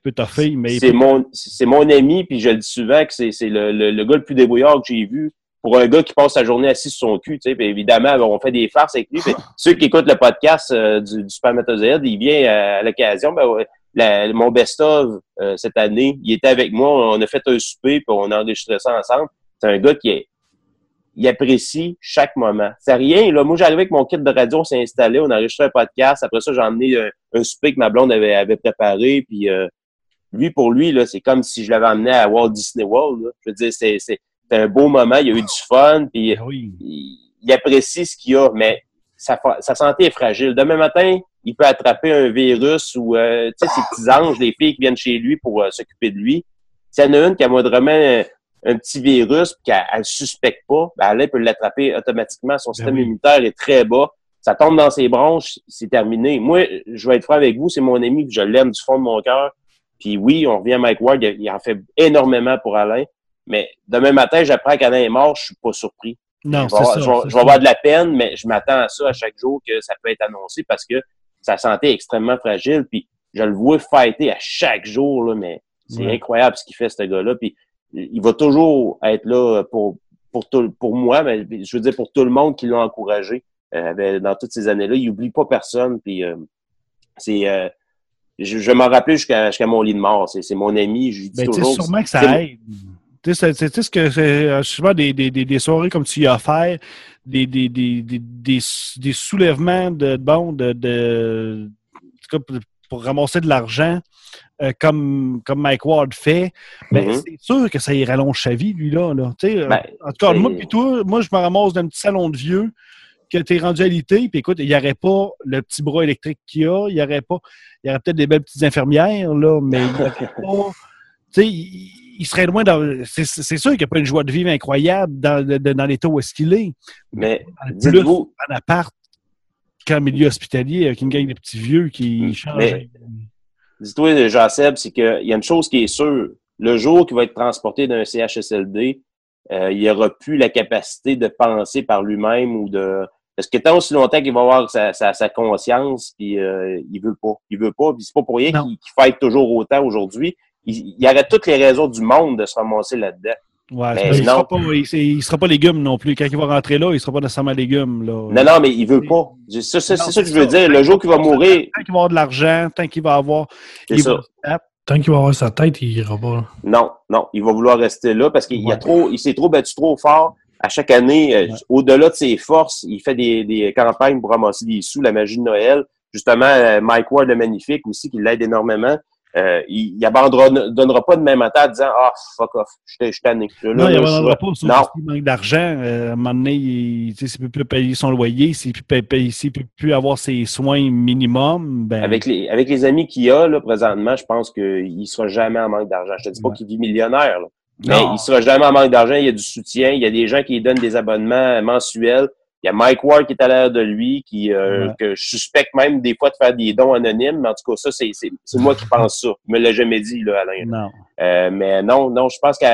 c'est mon ami, puis je le dis souvent que c'est le gars le plus débrouillard que j'ai vu pour un gars qui passe sa journée assis sur son cul, tu sais. Puis évidemment, on fait des farces avec lui. Puis ceux qui écoutent le podcast du Spermatozoïde, il vient à l'occasion. Mon best-of cette année, il était avec moi. On a fait un souper, puis on a enregistré ça ensemble. C'est un gars il apprécie chaque moment. C'est rien, là. Moi, j'arrivais avec mon kit de radio, on s'est installé, on a enregistré un podcast. Après ça, j'ai emmené un souper que ma blonde avait préparé. Puis pour lui, là, c'est comme si je l'avais emmené à Walt Disney World, là. Je veux dire, c'est un beau moment, il y a eu du fun, puis il apprécie ce qu'il y a, mais sa santé est fragile. Demain matin, il peut attraper un virus ou tu sais, ces petits anges, les filles qui viennent chez lui pour s'occuper de lui. S'il y en a une qui a moindrement un petit virus et qu'elle ne suspecte pas, elle peut l'attraper automatiquement. Son système immunitaire est très bas. Ça tombe dans ses bronches, c'est terminé. Moi, je vais être franc avec vous, c'est mon ami, je l'aime du fond de mon cœur. Puis oui, on revient à Mike Ward, il en fait énormément pour Alain. Mais demain matin, j'apprends qu'Alain est mort, je suis pas surpris. Non, je vais avoir de la peine, mais je m'attends à ça à chaque jour que ça peut être annoncé parce que sa santé est extrêmement fragile. Puis je le vois fighter à chaque jour, là, mais c'est incroyable ce qu'il fait, ce gars-là. Puis il va toujours être là pour moi, mais je veux dire pour tout le monde qui l'a encouragé dans toutes ces années-là. Il n'oublie pas personne. Puis je vais m'en rappeler jusqu'à mon lit de mort. C'est mon ami. Je lui dis toujours. Sûrement que ça aide. Tu sais ce que c'est souvent des soirées comme tu y as fait, des soulèvements pour ramasser de l'argent comme Mike Ward fait. Ben, c'est sûr que ça y rallonge sa vie, lui là. Tu sais, en tout cas, moi je me ramasse d'un petit salon de vieux que t'es rendu à l'ité, puis écoute, il n'y aurait pas le petit bras électrique qu'il y a, il y aurait peut-être des belles petites infirmières, là, mais il n'y aurait pas. Tu sais, il serait loin c'est sûr qu'il n'y a pas une joie de vivre incroyable dans l'état où est-ce qu'il est. Mais dites-vous en appart qu'en milieu hospitalier avec une gang de petits vieux qui changent. Dis-toi, Jean-Seb, c'est qu'il y a une chose qui est sûre. Le jour qu'il va être transporté d'un CHSLD, il n'y aura plus la capacité de penser par lui-même ou de... Parce que tant aussi longtemps qu'il va avoir sa conscience, puis il veut pas. Il veut pas, puis c'est pas pour rien qu'il fight toujours autant aujourd'hui. Il aurait toutes les raisons du monde de se ramasser là-dedans. Ouais, mais il sera pas légume non plus. Quand il va rentrer là, il sera pas nécessairement légume. Là. Non, mais il veut pas. C'est ça que je veux dire. Le jour qu'il va mourir... Tant qu'il va avoir de l'argent, tant qu'il va avoir... Tant qu'il va avoir sa tête, il ira pas. Non, il va vouloir rester là parce qu'il s'est trop battu trop fort. À chaque année, au-delà de ses forces, il fait des campagnes pour ramasser des sous, la magie de Noël. Justement, Mike Ward, le magnifique aussi, qui l'aide énormément. Il abandonnera pas demain matin en disant « Ah, fuck off, je suis tanné. » Non, il abandonnera pas, sauf qu'il manque d'argent. À un moment donné, s'il ne peut plus payer son loyer, s'il ne peut plus avoir ses soins minimum, ben... Avec les amis qu'il a, là, présentement, je pense qu'il ne sera jamais en manque d'argent. Je te dis pas qu'il vit millionnaire, là. Mais il sera jamais en manque d'argent. Il y a du soutien. Il y a des gens qui lui donnent des abonnements mensuels. Il y a Mike Ward qui est à l'air de lui, que je suspecte même des fois de faire des dons anonymes. Mais en tout cas, ça, c'est moi qui pense ça. Il me l'a jamais dit, là, Alain. Non. Mais non, je pense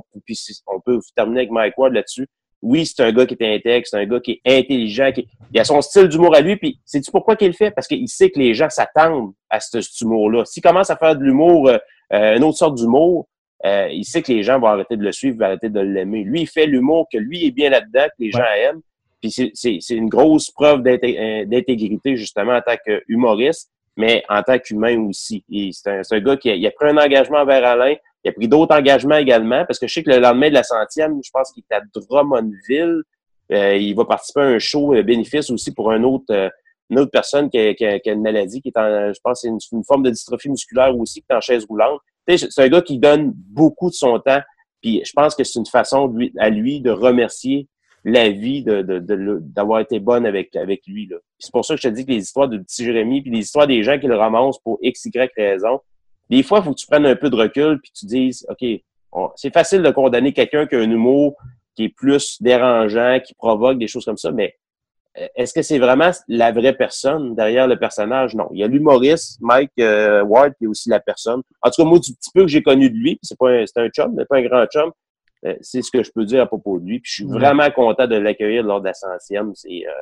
qu'on peut terminer avec Mike Ward là-dessus. Oui, c'est un gars qui est intègre, c'est un gars qui est intelligent, il a son style d'humour à lui, puis sais-tu pourquoi qu'il le fait? Parce qu'il sait que les gens s'attendent à cet humour-là. S'il commence à faire de l'humour, une autre sorte d'humour, il sait que les gens vont arrêter de le suivre, vont arrêter de l'aimer. Lui, il fait l'humour que lui est bien là-dedans, que les gens aiment. Puis c'est une grosse preuve d'intégrité, justement, en tant qu'humoriste, mais en tant qu'humain aussi. Et c'est un gars qui a pris un engagement envers Alain. Il a pris d'autres engagements également, parce que je sais que le lendemain de la 100e, je pense qu'il est à Drummondville. Il va participer à un show bénéfice aussi pour une autre personne qui a une maladie, qui est je pense, c'est une forme de dystrophie musculaire aussi, qui est en chaise roulante. C'est un gars qui donne beaucoup de son temps, puis je pense que c'est une façon à lui de remercier la vie d'avoir été bonne avec lui, là. C'est pour ça que je te dis que les histoires de petit Jérémy puis les histoires des gens qui le ramassent pour X, Y raison, des fois, il faut que tu prennes un peu de recul puis tu dises, OK, c'est facile de condamner quelqu'un qui a un humour qui est plus dérangeant, qui provoque des choses comme ça, mais est-ce que c'est vraiment la vraie personne derrière le personnage? Non. Il y a l'humoriste, Mike Ward, qui est aussi la personne. En tout cas, moi, du petit peu que j'ai connu de lui, c'est un chum, mais pas un grand chum, c'est ce que je peux dire à propos de lui. Puis je suis vraiment content de l'accueillir lors de la 100e.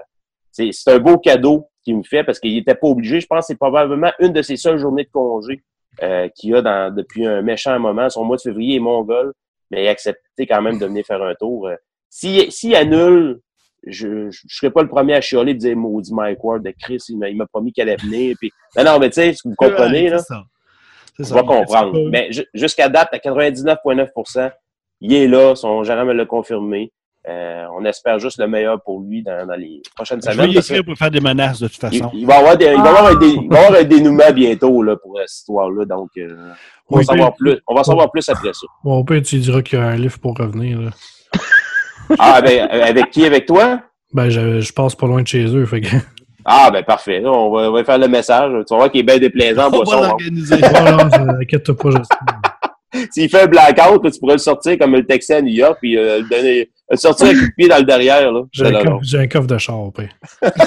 C'est un beau cadeau qu'il me fait parce qu'il n'était pas obligé. Je pense que c'est probablement une de ses seules journées de congé qu'il a depuis un méchant moment. Son mois de février est mongol, mais il a accepté quand même de venir faire un tour. S'il annule, je serais pas le premier à chialer et dire maudit Mike Ward de Chris, il m'a promis qu'elle allait venir. Puis, non, mais tu sais, vous comprenez, là. On va comprendre. Mais jusqu'à date, à 99,9%, il est là, son gérant me l'a confirmé. On espère juste le meilleur pour lui dans les prochaines semaines. Je vais y écrire pour faire des menaces, de toute façon. Il va y avoir un dénouement bientôt là, pour cette histoire-là. Donc, on va savoir plus après ça. Bon, peut-être tu diras qu'il y a un livre pour revenir. Là. Ah, ben, avec qui? Avec toi? Ben, je passe pas loin de chez eux. Fait que... Ah, ben, parfait. Là, on va faire le message. Tu vas voir qu'il est bien déplaisant. On va l'organiser. Inquiète-toi pas, je sais. S'il fait un blackout, tu pourrais le sortir comme le Texan à New York, puis le sortir avec le pied dans le derrière. Là. J'ai un coffre de char, au pire.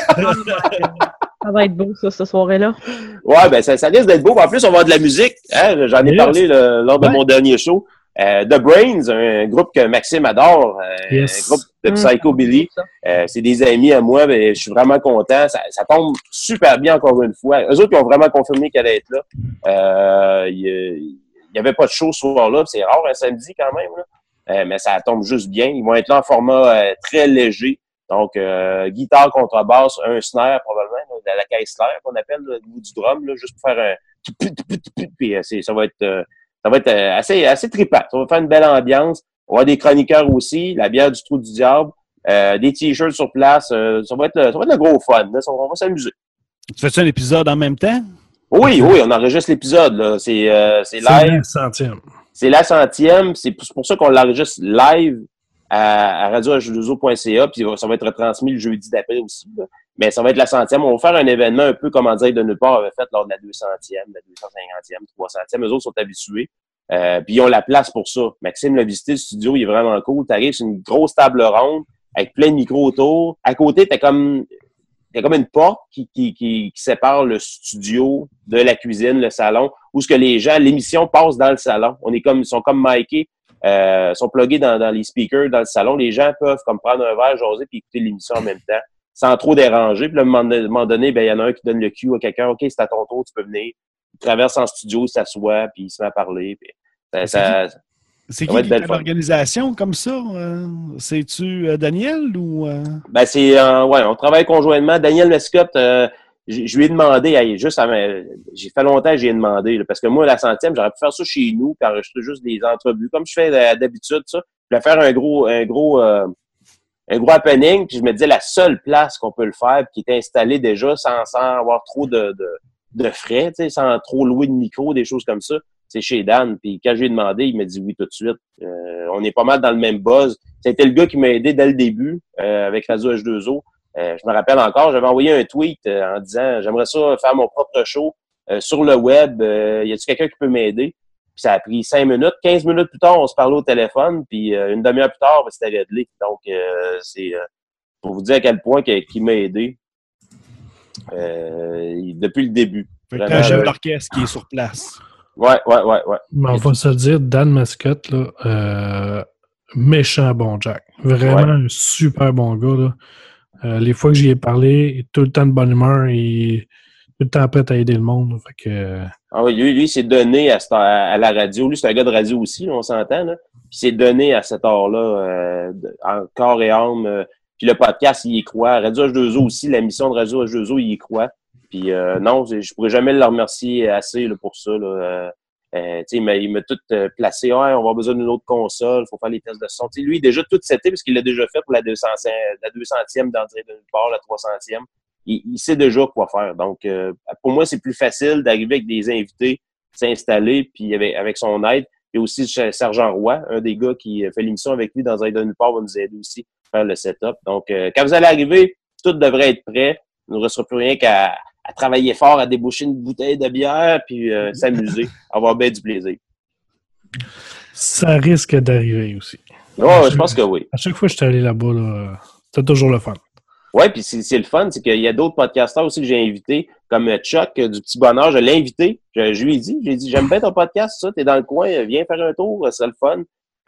Ça va être beau, ça, ce soirée-là. Ouais, ben ça risque d'être beau. En plus, on va avoir de la musique. Hein? J'en ai parlé lors de mon dernier show. The Brains, un groupe que Maxime adore, un groupe de Psycho Billy. C'est des amis à moi, mais je suis vraiment content. Ça tombe super bien encore une fois. Eux autres, ils ont vraiment confirmé qu'elle allait être là. Il n'y avait pas de show ce soir-là, c'est rare un samedi quand même, là. Mais ça tombe juste bien. Ils vont être là en format très léger. Donc, guitare, contrebasse, un snare probablement, là, la caisse snare qu'on appelle, là, au niveau du drum, là, juste pour faire un... Puis ça va être assez trippant. Ça va faire une belle ambiance. On va avoir des chroniqueurs aussi, la bière du Trou du Diable, des t-shirts sur place. Ça va être le gros fun. Là. On va s'amuser. Tu fais-tu un épisode en même temps? Oui, on enregistre l'épisode. Là. C'est live. C'est la 100e. C'est la 100e. C'est pour ça qu'on l'enregistre live à radioh2o.ca. Puis ça va être retransmis le jeudi d'après aussi. Là. Mais ça va être la 100e. On va faire un événement un peu comme en direct de nulle part avait fait lors de la 200e, la 250e, 300e. Eux autres sont habitués. Puis ils ont la place pour ça. Maxime l'a visité, le studio, il est vraiment cool. T'arrives sur une grosse table ronde avec plein de micros autour. À côté, t'as comme une porte qui sépare le studio de la cuisine, le salon, où ce que les gens, l'émission passe dans le salon. Ils sont comme mikés. sont plugués dans les speakers, dans le salon. Les gens peuvent comme prendre un verre, jaser, puis écouter l'émission en même temps, sans trop déranger. Puis là, à un moment donné, ben il y en a un qui donne le cue à quelqu'un. OK, c'est à ton tour, tu peux venir. Il traverse en studio, il s'assoit, puis il se met à parler. Puis c'est qui est l'organisation comme ça? C'est-tu Daniel ou... Ben c'est on travaille conjointement. Daniel Mescotte, je lui ai demandé, j'ai fait longtemps que j'ai demandé, là, parce que moi, la 100e, j'aurais pu faire ça chez nous, puis enregistrer juste des entrevues, comme je fais d'habitude, ça. Je voulais faire un gros happening, puis je me disais la seule place qu'on peut le faire, puis qui est installée déjà sans avoir trop de frais, tu sais, sans trop louer de micro, des choses comme ça, c'est chez Dan. Puis quand je lui ai demandé, il m'a dit oui tout de suite. On est pas mal dans le même buzz. C'était le gars qui m'a aidé dès le début avec Radio H2O. Je me rappelle encore, j'avais envoyé un tweet en disant « J'aimerais ça faire mon propre show sur le web. Y a-t-il quelqu'un qui peut m'aider? » Puis ça a pris 5 minutes. 15 minutes plus tard, on se parlait au téléphone. Puis une demi-heure plus tard, c'était réglé. Donc, c'est pour vous dire à quel point qu'il m'a aidé depuis le début. C'est un chef d'orchestre qui est sur place. Ouais. Mais on va se le dire, Dan Mascotte, là, méchant bon Jack. Vraiment un super bon gars, là. Les fois que j'y ai parlé, il est tout le temps de bonne humeur et tout le temps prêt à aider le monde. Fait que... Ah oui, lui, il s'est donné à la radio. Lui, c'est un gars de radio aussi, on s'entend, là. Puis il s'est donné à cette heure-là, en corps et âme. Puis le podcast, il y croit. Radio H2O aussi, la mission de Radio H2O, il y croit. Puis non, je pourrais jamais le remercier assez là, pour ça. Là. Il m'a tout placé. On va avoir besoin d'une autre console, il faut faire les tests de son. T'sais, lui, déjà tout cet été, parce qu'il l'a déjà fait pour la 200e dans Direct de nulle part, la 300e. Il sait déjà quoi faire. Donc, pour moi, c'est plus facile d'arriver avec des invités, s'installer, puis avec son aide. Il y a aussi Sergent Roy, un des gars qui fait l'émission avec lui dans Direct de nulle part, va nous aider aussi à faire le setup. Donc, quand vous allez arriver, tout devrait être prêt. Il ne restera plus rien qu'à travailler fort, à déboucher une bouteille de bière, puis s'amuser, avoir bien du plaisir. Ça risque d'arriver aussi. Ouais, je pense que oui. À chaque fois que je suis allé là-bas, là, c'était toujours le fun. Oui, puis c'est le fun, c'est qu'il y a d'autres podcasteurs aussi que j'ai invités, comme Chuck du Petit Bonheur, je l'ai invité, je lui ai dit, j'aime bien ton podcast, ça, t'es dans le coin, viens faire un tour, c'est le fun.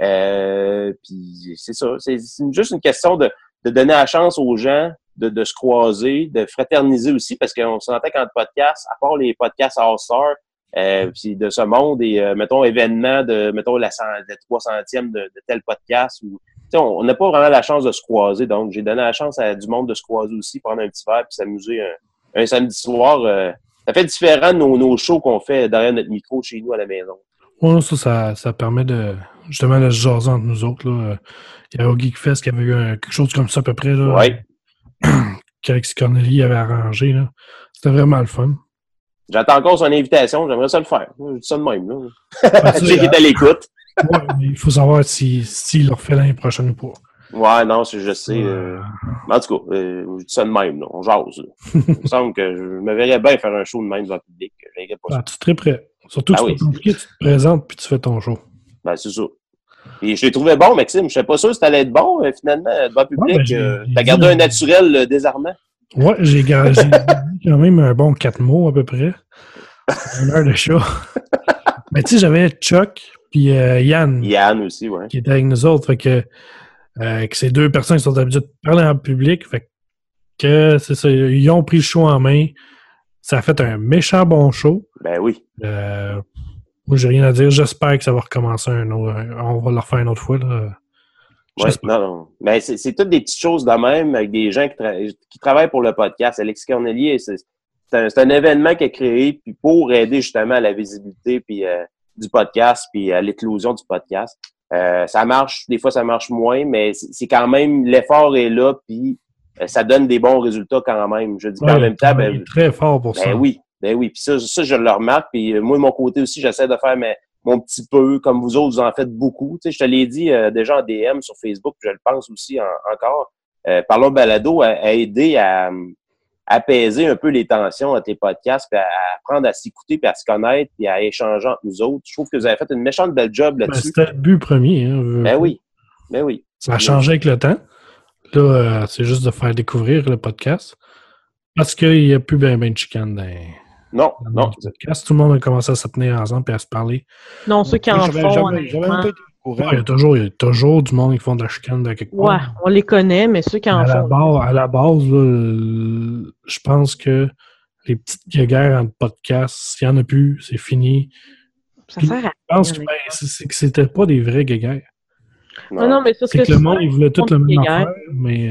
Puis c'est ça, c'est juste une question de donner la chance aux gens de se croiser, de fraterniser aussi, parce qu'on s'entend qu'en podcast, à part les podcasts All-Star, puis de ce monde et, mettons, événements mettons, la 300e de tel podcast, ou on n'a pas vraiment la chance de se croiser. Donc, j'ai donné la chance à du monde de se croiser aussi, prendre un petit verre puis s'amuser un samedi soir. Ça fait différent de nos shows qu'on fait derrière notre micro chez nous à la maison. Oui, ça permet justement de se jaser entre nous autres. Là. Il y a au Geekfest qui avait eu quelque chose comme ça à peu près. Oui. Qu'Alex Corneli avait arrangé. Là. C'était vraiment le fun. J'attends encore son invitation. J'aimerais ça le faire. Je dis ça de même. Là. Tu sais qu'il est à l'écoute. Ouais, mais il faut savoir s'il le refait l'année prochaine ou pas. Ouais, non, je sais. En tout cas, je dis ça de même. Là. On jase. Il me semble que je me verrais bien faire un show de même devant le public. Tu serais prêt. Surtout que c'est compliqué, tu te présentes puis tu fais ton show. Ben, c'est ça. Et je l'ai trouvé bon, Maxime. Je ne sais pas sûr si ça allait être bon, finalement, devant le public. T'as gardé un naturel désarmant. Ouais, j'ai quand même un bon 4 mots à peu près. Une heure de show. Mais tu sais, j'avais Chuck puis Yann. Yann aussi, ouais. Qui était avec nous autres. Fait que ces deux personnes qui sont habituées de parler en public. Fait que c'est ça. Ils ont pris le show en main. Ça a fait un méchant bon show. Ben oui. Moi, j'ai rien à dire. J'espère que ça va recommencer un autre. On va le refaire une autre fois. Là. Ouais, non. Mais c'est toutes des petites choses de même avec des gens qui travaillent pour le podcast. Alex Cornelier, c'est un événement qu'il a créé puis pour aider justement à la visibilité puis du podcast puis à l'éclosion du podcast. Ça marche, des fois ça marche moins, mais c'est quand même, l'effort est là puis ça donne des bons résultats quand même. Je dis en même temps, il est très fort pour ça. Oui. Puis ça, je le remarque. Puis moi, de mon côté aussi, j'essaie de faire mon petit peu, comme vous autres, vous en faites beaucoup. Tu sais, je te l'ai dit déjà en DM sur Facebook, puis je le pense aussi encore. Parlons Balado a aidé à apaiser un peu les tensions entre les podcasts, puis à apprendre à s'écouter, puis à se connaître, puis à échanger entre nous autres. Je trouve que vous avez fait une méchante belle job là-dessus. C'était le but premier. Hein, Ben oui. Ça a changé avec le temps. Là, c'est juste de faire découvrir le podcast. Parce qu'il n'y a plus ben de chicane dans non. podcast. Tout le monde a commencé à se tenir ensemble et à se parler. Non, ceux qui en font, j'avais un peu été courant. Il y a toujours du monde qui font de la chicane de quelque part. Ouais, on les connaît, mais ceux qui en font. À la base, là, je pense que les petites guéguerres en podcast, s'il n'y en a plus, c'est fini. Ça sert à rien. Je pense que c'était pas des vrais guéguerres. Non, mais c'est que le monde, il voulait tout le même affaire, mais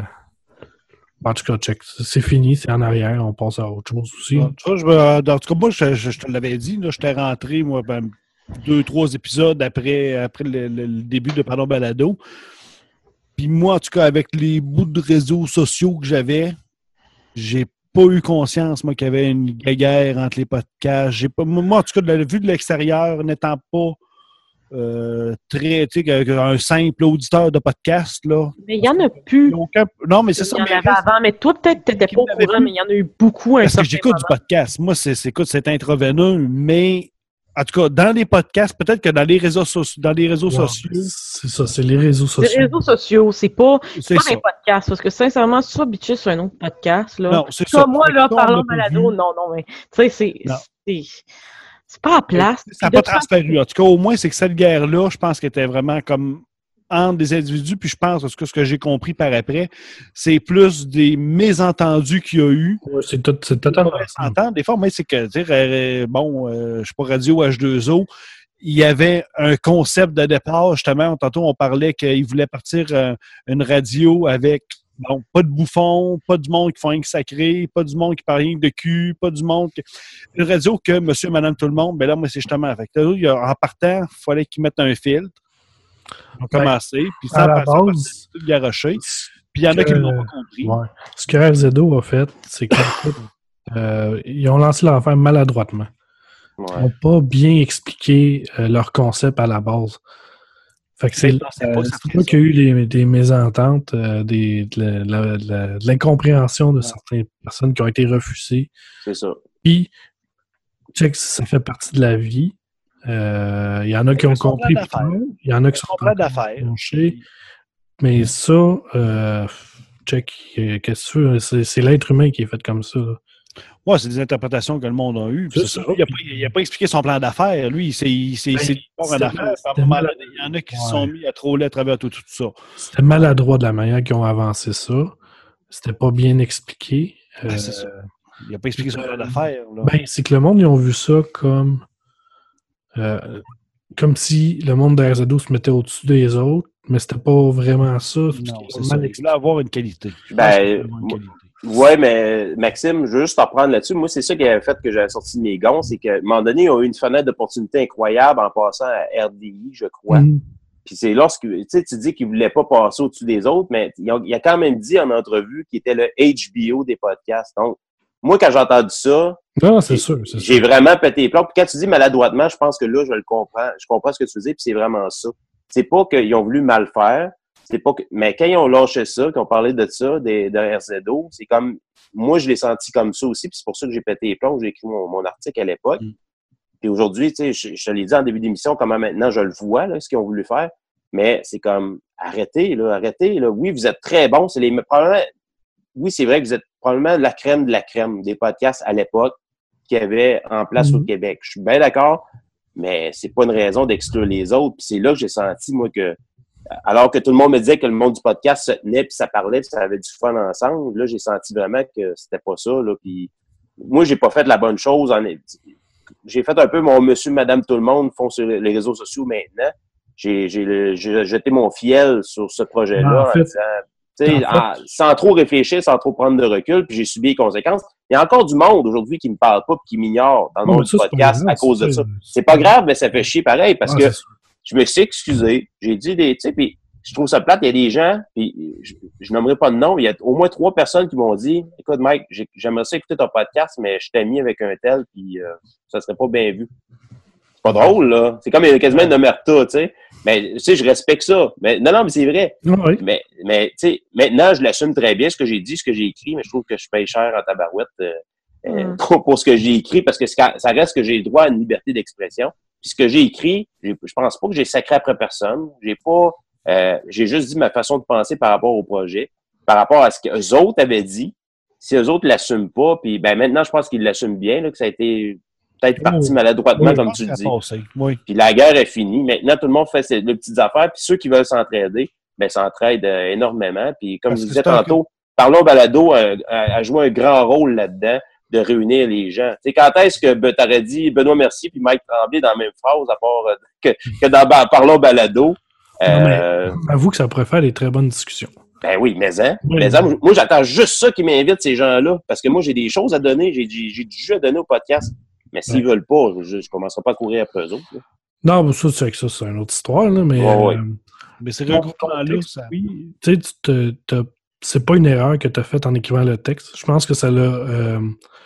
en tout cas, check. C'est fini, c'est en arrière, on passe à autre chose aussi. En tout cas, moi, je te l'avais dit, là, j'étais rentré, moi, 2-3 épisodes après le début de Pardon Balado. Puis moi, en tout cas, avec les bouts de réseaux sociaux que j'avais, j'ai pas eu conscience, moi, qu'il y avait une guéguerre entre les podcasts. Moi, en tout cas, de la vue de l'extérieur, n'étant pas très, tu sais, un simple auditeur de podcast, là. Mais il y en a plus. Non, mais c'est ça. Il y en avait avant, mais toi, peut-être, tu n'étais pas au courant, mais il y en a eu beaucoup. Parce que j'écoute du podcast. Moi, c'est intraveineux, mais en tout cas, dans les podcasts, peut-être que dans les réseaux sociaux. C'est ça, c'est les réseaux sociaux. Les réseaux sociaux, c'est pas ça. un podcast. Parce que sincèrement, si tu sois habitué sur un autre podcast, là. Non, c'est ça. Moi, là, parlons balado, non, mais tu sais, c'est pas à place. Ça n'a pas transparu. En tout cas, au moins, c'est que cette guerre-là, je pense qu'elle était vraiment comme entre des individus, puis je pense, parce que ce que j'ai compris par après, c'est plus des mésentendus qu'il y a eu. Ouais, c'est totalement ça. Des fois, mais c'est que, dire, je suis pas radio H2O, il y avait un concept de départ, justement, tantôt on parlait qu'il voulait partir une radio avec pas de bouffons, pas du monde qui font rien que sacré, pas du monde qui parle rien de cul, pas du monde qui... Une radio que monsieur, madame, tout le monde, ben là, moi, c'est justement avec. En partant, il fallait qu'ils mettent un filtre. Ils ont commencé, puis ça a tout garoché. Puis il y en a qui ne l'ont pas compris. Ouais. Ce que RZO a fait, c'est qu'ils ont lancé l'affaire maladroitement. Ouais. Ils n'ont pas bien expliqué leur concept à la base. Fait que c'est là qu'il y a eu des mésententes, de l'incompréhension de certaines personnes qui ont été refusées. C'est ça. Puis, check, ça fait partie de la vie. Il y en a qui ont compris plus tard. Il y en a qui sont plein d'affaires. Mais ça, check, qu'est-ce que c'est l'être humain qui est fait comme ça. Là. Ouais, c'est des interprétations que le monde a eues. Il n'a pas expliqué son plan d'affaires. Lui, il un affaire. Il y en a qui se sont mis à troller à travers tout ça. C'était maladroit de la manière qu'ils ont avancé ça. C'était pas bien expliqué. C'est ça. Il n'a pas expliqué son plan d'affaires. C'est que le monde, ils ont vu ça comme si le monde de RZO se mettait au-dessus des autres, mais c'était pas vraiment ça. Non, c'est ça. Il voulait avoir une qualité. Oui, mais Maxime, je veux juste te reprendre là-dessus. Moi, c'est ça qui avait fait que j'avais sorti mes gonds, c'est qu'à un moment donné, ils ont eu une fenêtre d'opportunité incroyable en passant à RDI, je crois. Puis c'est lorsque, tu dis qu'ils ne voulaient pas passer au-dessus des autres, mais il a quand même dit en entrevue qu'il était le HBO des podcasts. Donc, moi, quand j'ai entendu ça, j'ai vraiment pété les plombs. Puis quand tu dis maladroitement, je pense que là, je le comprends. Je comprends ce que tu dis, puis c'est vraiment ça. C'est pas qu'ils ont voulu mal faire. C'est pas que... Mais quand ils ont lâché ça, qu'ils ont parlé de ça, de RZO, c'est comme... Moi, je l'ai senti comme ça aussi, puis c'est pour ça que j'ai pété les plombs, j'ai écrit mon article à l'époque. Puis aujourd'hui, tu sais, je te l'ai dit en début d'émission, comment maintenant je le vois, là, ce qu'ils ont voulu faire. Mais c'est comme, arrêtez, là. Oui, vous êtes très bons. Oui, c'est vrai que vous êtes probablement la crème de la crème des podcasts à l'époque qu'il y avait en place au Québec. Je suis bien d'accord, mais c'est pas une raison d'exclure les autres. Puis c'est là que j'ai senti, moi, que alors que tout le monde me disait que le monde du podcast se tenait, puis ça parlait, puis ça avait du fun ensemble, là, j'ai senti vraiment que c'était pas ça, là. Puis moi, j'ai pas fait la bonne chose. J'ai fait un peu mon monsieur, madame, tout le monde font sur les réseaux sociaux maintenant. J'ai jeté mon fiel sur ce projet-là sans trop réfléchir, sans trop prendre de recul, puis j'ai subi les conséquences. Il y a encore du monde aujourd'hui qui me parle pas puis qui m'ignore dans le monde du podcast à cause de ça. C'est pas grave, mais ça fait chier pareil parce que je me suis excusé. J'ai dit puis je trouve ça plate. Il y a des gens, puis je nommerai pas de nom, il y a au moins 3 personnes qui m'ont dit, écoute Mike, j'aimerais ça écouter ton podcast, mais je t'ai mis avec un tel, puis ça serait pas bien vu. C'est pas drôle, là. C'est comme quasiment une omerta, tu sais. Mais, tu sais, je respecte ça. Mais, non, mais c'est vrai. Oui. Mais, tu sais, maintenant, je l'assume très bien, ce que j'ai dit, ce que j'ai écrit, mais je trouve que je paye cher en tabarouette pour ce que j'ai écrit, parce que ça reste que j'ai le droit à une liberté d'expression. Puis ce que j'ai écrit, je pense pas que j'ai sacré après personne. J'ai juste dit ma façon de penser par rapport au projet, par rapport à ce qu'eux autres avaient dit. Si eux autres l'assument pas, puis ben maintenant, je pense qu'ils l'assument bien, là, que ça a été peut-être parti maladroitement, comme tu le dis. Oui. Puis la guerre est finie. Maintenant, tout le monde fait ses petites affaires. Puis ceux qui veulent s'entraider, ben s'entraident énormément. Puis comme je disais tantôt, Parlons Balado a joué un grand rôle là-dedans de réunir les gens. Tu sais, quand est-ce que t'aurais dit Benoît Mercier puis Mike Tremblay dans la même phrase, à part que dans Parlons Balado? Avoue que ça pourrait faire des très bonnes discussions. Ben oui, moi, j'attends juste ça qu'ils m'invitent, ces gens-là, parce que moi, j'ai des choses à donner, j'ai du jus à donner au podcast. Mais s'ils veulent pas, je commencerai pas à courir après eux autres. Là. Non, mais ça, c'est une autre histoire, là, mais... Mais c'est regroupement-là, ça... Oui, tu sais, c'est pas une erreur que tu as faite en écrivant le texte. Je pense que ça l'a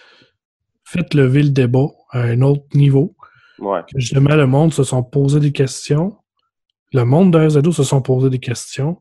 fait lever le débat à un autre niveau. Ouais. Que justement, le monde se sont posé des questions. Le monde de RZO se sont posé des questions.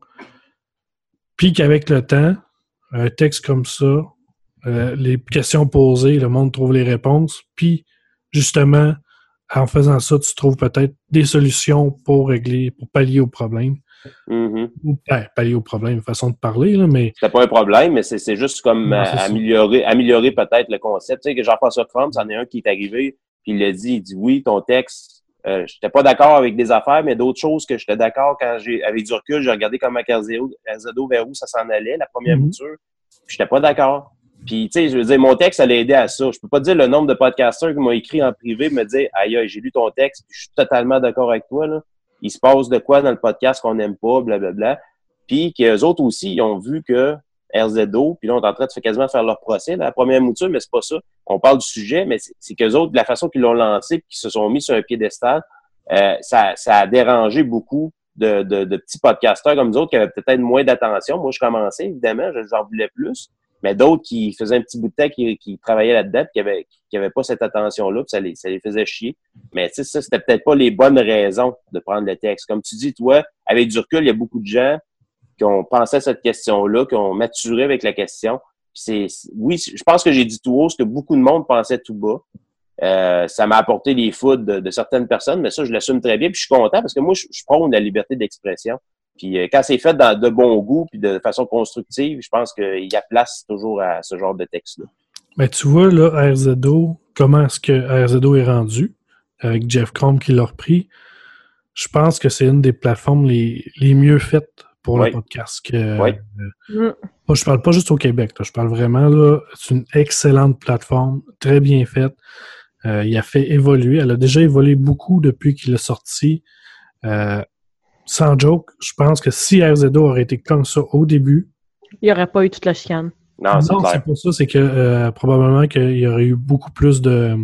Puis qu'avec le temps, un texte comme ça, les questions posées, le monde trouve les réponses. Puis, justement, en faisant ça, tu trouves peut-être des solutions pour pallier au problème. Mm-hmm. Ou pallier au problème, façon de parler, là, mais... C'est pas un problème, mais c'est juste comme améliorer peut-être le concept. Tu sais, que Jean-François Crump, c'en est un qui est arrivé, puis il a dit, oui, ton texte, j'étais pas d'accord avec des affaires, mais d'autres choses que j'étais d'accord quand avec du recul, j'ai regardé comme ma RZO vers où ça s'en allait, la première mouture, puis j'étais pas d'accord. Puis, tu sais, je veux dire, mon texte, ça l'a aidé à ça. Je peux pas dire le nombre de podcasteurs qui m'ont écrit en privé, me dire, aïe, j'ai lu ton texte, puis je suis totalement d'accord avec toi, là. Il se passe de quoi dans le podcast qu'on n'aime pas, blablabla. Puis qu'eux autres aussi, ils ont vu que RZO, puis là, on est en train de quasiment faire leur procès, là, la première mouture, mais c'est pas ça. On parle du sujet, mais c'est qu'eux autres, de la façon qu'ils l'ont lancé, puis qu'ils se sont mis sur un piédestal, ça a dérangé beaucoup de petits podcasteurs comme nous autres qui avaient peut-être moins d'attention. Moi, je commençais, évidemment, j'en voulais plus. Mais d'autres qui faisaient un petit bout de temps qui travaillaient là-dedans puis qui avaient pas cette attention-là, puis ça les faisait chier. Mais tu sais, ça, c'était peut-être pas les bonnes raisons de prendre le texte. Comme tu dis, toi, avec du recul, il y a beaucoup de gens qui ont pensé à cette question-là, qui ont maturé avec la question. Puis oui, je pense que j'ai dit tout haut ce que beaucoup de monde pensait tout bas. Ça m'a apporté les foudres de certaines personnes, mais ça, je l'assume très bien. Puis je suis content parce que moi, je prône la liberté d'expression. Puis quand c'est fait de bon goût puis de façon constructive, je pense qu'il y a place toujours à ce genre de texte-là. Mais tu vois, là, RZO, comment est-ce que RZO est rendu, avec Jeff Crump qui l'a repris, je pense que c'est une des plateformes les mieux faites pour le podcast. Je parle pas juste au Québec, là, je parle vraiment, là, c'est une excellente plateforme, très bien faite. Il a fait évoluer, elle a déjà évolué beaucoup depuis qu'il est sorti. Sans joke, je pense que si RZO aurait été comme ça au début... Il n'y aurait pas eu toute la chicane. Non, c'est pas ça. C'est que probablement qu'il y aurait eu beaucoup plus de...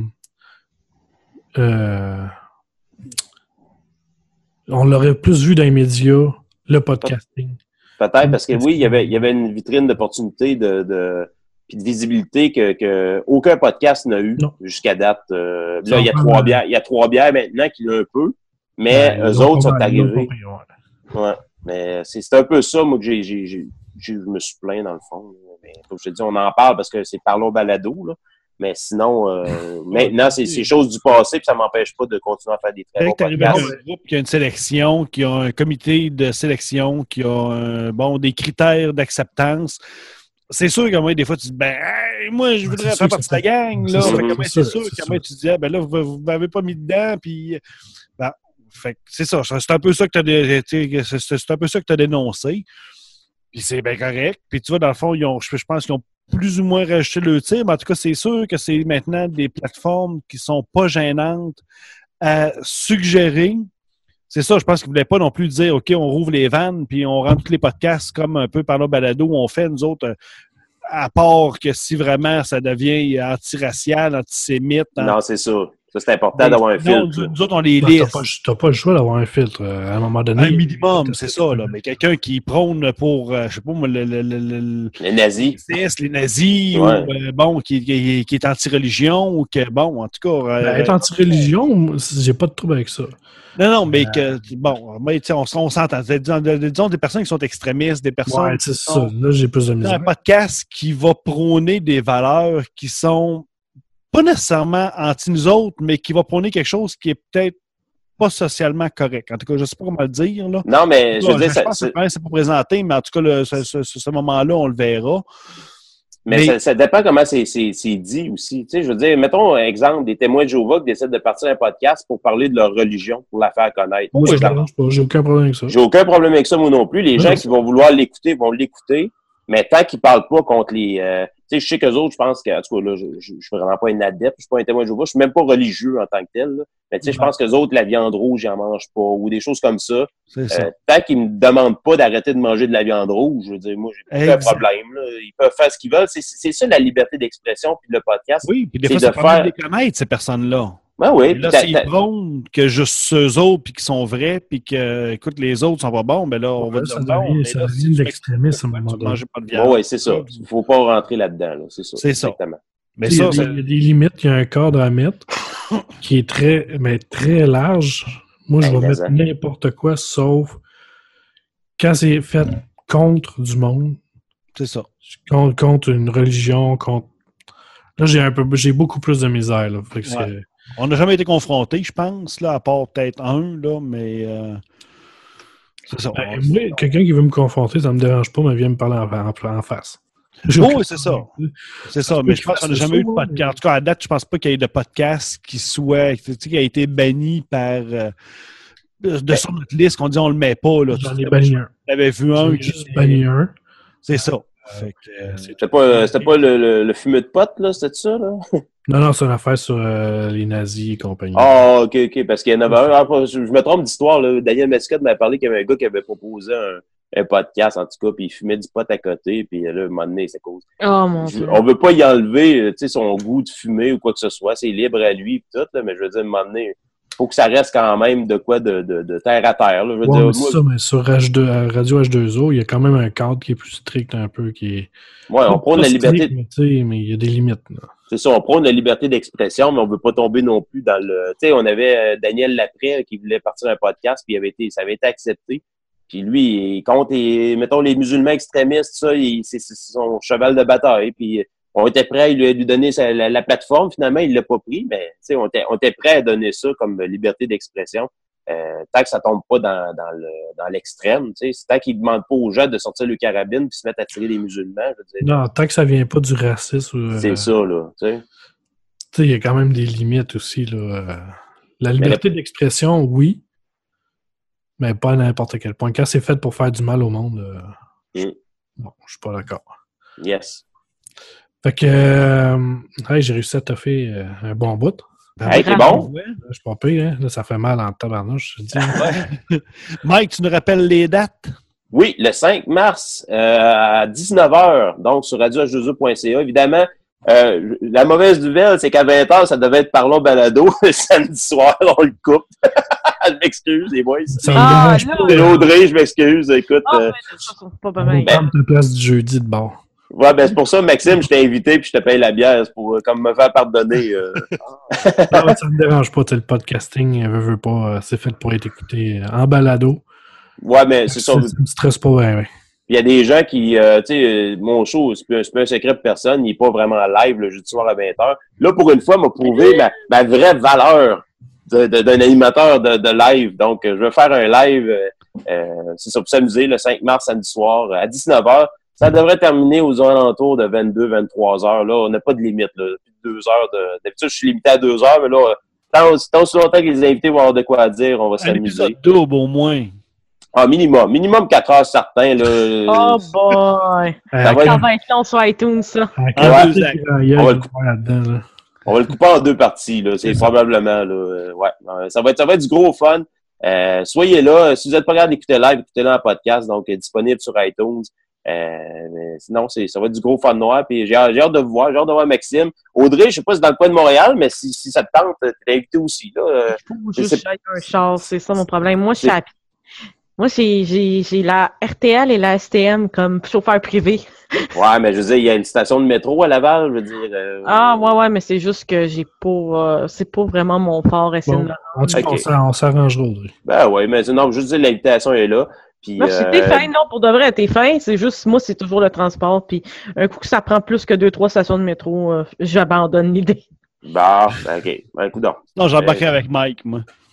on l'aurait plus vu dans les médias, le podcasting. Peut-être, parce que oui, il y avait une vitrine d'opportunités puis de visibilité que aucun podcast n'a eu jusqu'à date. Là, il y a trois bières maintenant qui l'ont un peu. Mais eux autres sont arrivés. Ouais. Mais c'est un peu ça, moi, que je me suis plaint, dans le fond. Mais, comme je te dis, on en parle parce que c'est Parlons Balado, là. Mais sinon, maintenant, c'est choses du passé, puis ça m'empêche pas de continuer à faire des très bons podcasts. Un groupe qui a une sélection, qui a un comité de sélection, qui a des critères d'acceptance. C'est sûr que moi, des fois, tu dis, moi, je voudrais faire partie de la gang, là. C'est sûr que moi, tu dis, là, vous m'avez pas mis dedans, puis... Fait que c'est ça. C'est un peu ça que tu as dénoncé. Puis c'est bien correct. Puis tu vois, dans le fond, je pense qu'ils ont plus ou moins rajouté le tir, mais en tout cas, c'est sûr que c'est maintenant des plateformes qui sont pas gênantes à suggérer. C'est ça, je pense qu'ils ne voulaient pas non plus dire, OK, on rouvre les vannes, puis on rend tous les podcasts comme un peu par le balado où on fait, nous autres, à part que si vraiment ça devient antiracial, antisémite. Non, c'est ça. Ça, c'est important d'avoir un filtre. Nous autres, on les liste. T'as pas le choix d'avoir un filtre à un moment donné. Un minimum, c'est ça. Là. Mais quelqu'un qui prône pour, je sais pas moi, les nazis. Les nazis, ou qui est anti-religion, ou que, bon, en tout cas... être anti-religion, j'ai pas de trouble avec ça. Non, mais on s'entend. Disons des personnes qui sont extrémistes, des personnes... Ouais, c'est ça. Là, j'ai plus de misère. Un podcast qui va prôner des valeurs qui sont pas nécessairement anti nous autres, mais qui va prôner quelque chose qui est peut-être pas socialement correct. En tout cas, je ne sais pas comment le dire. Là. Non, mais je veux dire... Je pense que c'est pas présenté, mais en tout cas, ce moment-là, on le verra. Mais ça dépend comment c'est dit aussi. Tu sais, je veux dire, mettons un exemple, des témoins de Jéhovah qui décident de partir un podcast pour parler de leur religion, pour la faire connaître. Moi, j'ai aucun problème avec ça. J'ai aucun problème avec ça, moi non plus. Les gens qui vont vouloir l'écouter vont l'écouter, mais tant qu'ils parlent pas contre les... tu sais, je sais qu'eux autres, je pense que... En tout cas, là, je suis vraiment pas un adepte, je suis pas un témoin de Jéhovah, je suis même pas religieux en tant que tel, là. Mais tu sais, je pense qu'eux autres, la viande rouge, ils en mangent pas, ou des choses comme ça. C'est ça. Tant qu'ils me demandent pas d'arrêter de manger de la viande rouge, je veux dire, moi, j'ai pas de problème, là. Ils peuvent faire ce qu'ils veulent. C'est ça, la liberté d'expression, puis le podcast. Oui, puis des fois, c'est pas mal de les connaître, ces personnes-là. Ben oui. Là, s'ils prônent que juste eux autres, puis qu'ils sont vrais, puis que, écoute, les autres sont pas bons, ben là, on va dire bon. Ça devient de l'extrémisme à un moment donné. Oui, c'est ça. Il faut pas rentrer là-dedans, là. C'est ça. C'est ça. Exactement. Mais il y a des limites, il y a un cadre à mettre qui est très large. Moi, je vais mettre n'importe quoi, sauf quand c'est fait contre du monde. C'est ça. Contre une religion, contre... Là, j'ai beaucoup plus de misère, là. Fait que on n'a jamais été confrontés, je pense, là, à part peut-être un, là, mais c'est ça. Moi, quelqu'un qui veut me confronter, ça me dérange pas, mais vient me parler en face. Oui, c'est ça. C'est ça, mais je pense qu'on n'a jamais eu de podcast. En tout cas, à date, je pense pas qu'il y ait de podcast qui a été banni par sur notre liste, qu'on dit on le met pas. J'en ai banni un. J'avais vu un qui... banni un. C'est ça. C'était pas le fumeux de pote, là? C'était ça, là? Non, c'est une affaire sur les nazis et compagnie. Ah, OK, parce qu'il y en avait un. Je me trompe d'histoire, là. Daniel Mascotte m'a parlé qu'il y avait un gars qui avait proposé un podcast, en tout cas, puis il fumait du pot à côté, puis là, à un moment donné, c'est cause. Oh, mon Dieu. On veut pas y enlever, tu sais, son goût de fumer ou quoi que ce soit. C'est libre à lui, puis tout, là, mais je veux dire, à un moment donné, faut que ça reste quand même de quoi de terre à terre, là. Je veux dire, mais c'est ça, mais sur Radio H2O, il y a quand même un cadre qui est plus strict un peu, qui est... Ouais, on prône la liberté... Mais il y a des limites, là. C'est ça, on prône la liberté d'expression, mais on veut pas tomber non plus dans le... Tu sais, on avait Daniel Lapré qui voulait partir un podcast, puis ça avait été accepté. Puis lui, il compte, mettons, les musulmans extrémistes, ça, c'est son cheval de bataille. Puis on était prêt à lui donner la plateforme. Finalement, il l'a pas pris, mais tu sais, on était prêt à donner ça comme liberté d'expression. Tant que ça tombe pas dans l'extrême, tu sais, tant qu'il demande pas aux gens de sortir le carabine puis se mettre à tirer les musulmans, je veux dire. Non, tant que ça vient pas du racisme. C'est ça, là, tu sais. Tu sais, il y a quand même des limites aussi, là. La liberté d'expression, oui, mais pas à n'importe quel point. Quand c'est fait pour faire du mal au monde, non, je suis pas d'accord. Yes. Fait que, j'ai réussi à toffer un bon bout. Hey, c'est bon? Je suis pas pire, hein? Là, ça fait mal en tabarnouche, je te dis. Mike, tu nous rappelles les dates? Oui, le 5 mars à 19h, donc sur radioh2o.ca. Évidemment, la mauvaise nouvelle, c'est qu'à 20h, ça devait être Parlons Balado. Samedi soir, on le coupe. Je m'excuse, les boys. Ça me dérange pas. Audrey, je m'excuse. Écoute. Pas mal. On te place du jeudi de bord. Ouais, ben c'est pour ça, Maxime, je t'ai invité puis je te paye la bière. C'est pour comme me faire pardonner. Non, ça me dérange pas, le podcasting, veut pas, c'est fait pour être écouté en balado. Ouais, mais c'est ça. Ça me stresse pas bien. Il y a des gens qui, tu sais, mon show, c'est pas un secret pour personne, il est pas vraiment live le jeudi soir à 20h. Là, pour une fois, m'a prouvé ma vraie valeur d'un animateur de live. Donc, je vais faire un live, c'est ça, pour s'amuser, le 5 mars, samedi soir, à 19h. Ça devrait terminer aux alentours de 22-23 heures. Là, on n'a pas de limite. Là. Depuis 2 heures. D'habitude, je suis limité à 2 heures, mais là, tant aussi longtemps que les invités vont avoir de quoi dire, on va s'amuser. Un épisode double au moins. Ah, minimum 4 heures certains. Là. Oh boy! Ça va être long sur iTunes, ça. On va le couper en 2 parties. Là. C'est probablement... Là, ça va être du gros fun. Soyez là. Si vous n'êtes pas capable d'écouter live, écoutez-le en podcast. Donc, disponible sur iTunes. Mais sinon, ça va être du gros fan noir. Puis j'ai hâte de vous voir. J'ai hâte de voir Maxime. Audrey, je sais pas si c'est dans le coin de Montréal, mais si ça te tente, t'es invité aussi. Là. Je juste avec un char, c'est ça mon problème. Moi, je suis à pied. Moi, j'ai la RTL et la STM comme chauffeur privé. Ouais, mais je veux dire, il y a une station de métro à Laval, je veux dire. Ouais, mais c'est juste que j'ai pas... c'est pas vraiment mon fort essayer de me rendre. On s'arrangera, Audrey. Ben ouais, mais non, je veux dire, l'invitation est là. Puis, t'es fin, non, pour de vrai, t'es fin. C'est juste, moi, c'est toujours le transport. Puis un coup que ça prend plus que 2-3 stations de métro, j'abandonne l'idée. Ben, OK. Ben, écoute donc. Non, j'embarquerai avec Mike, moi.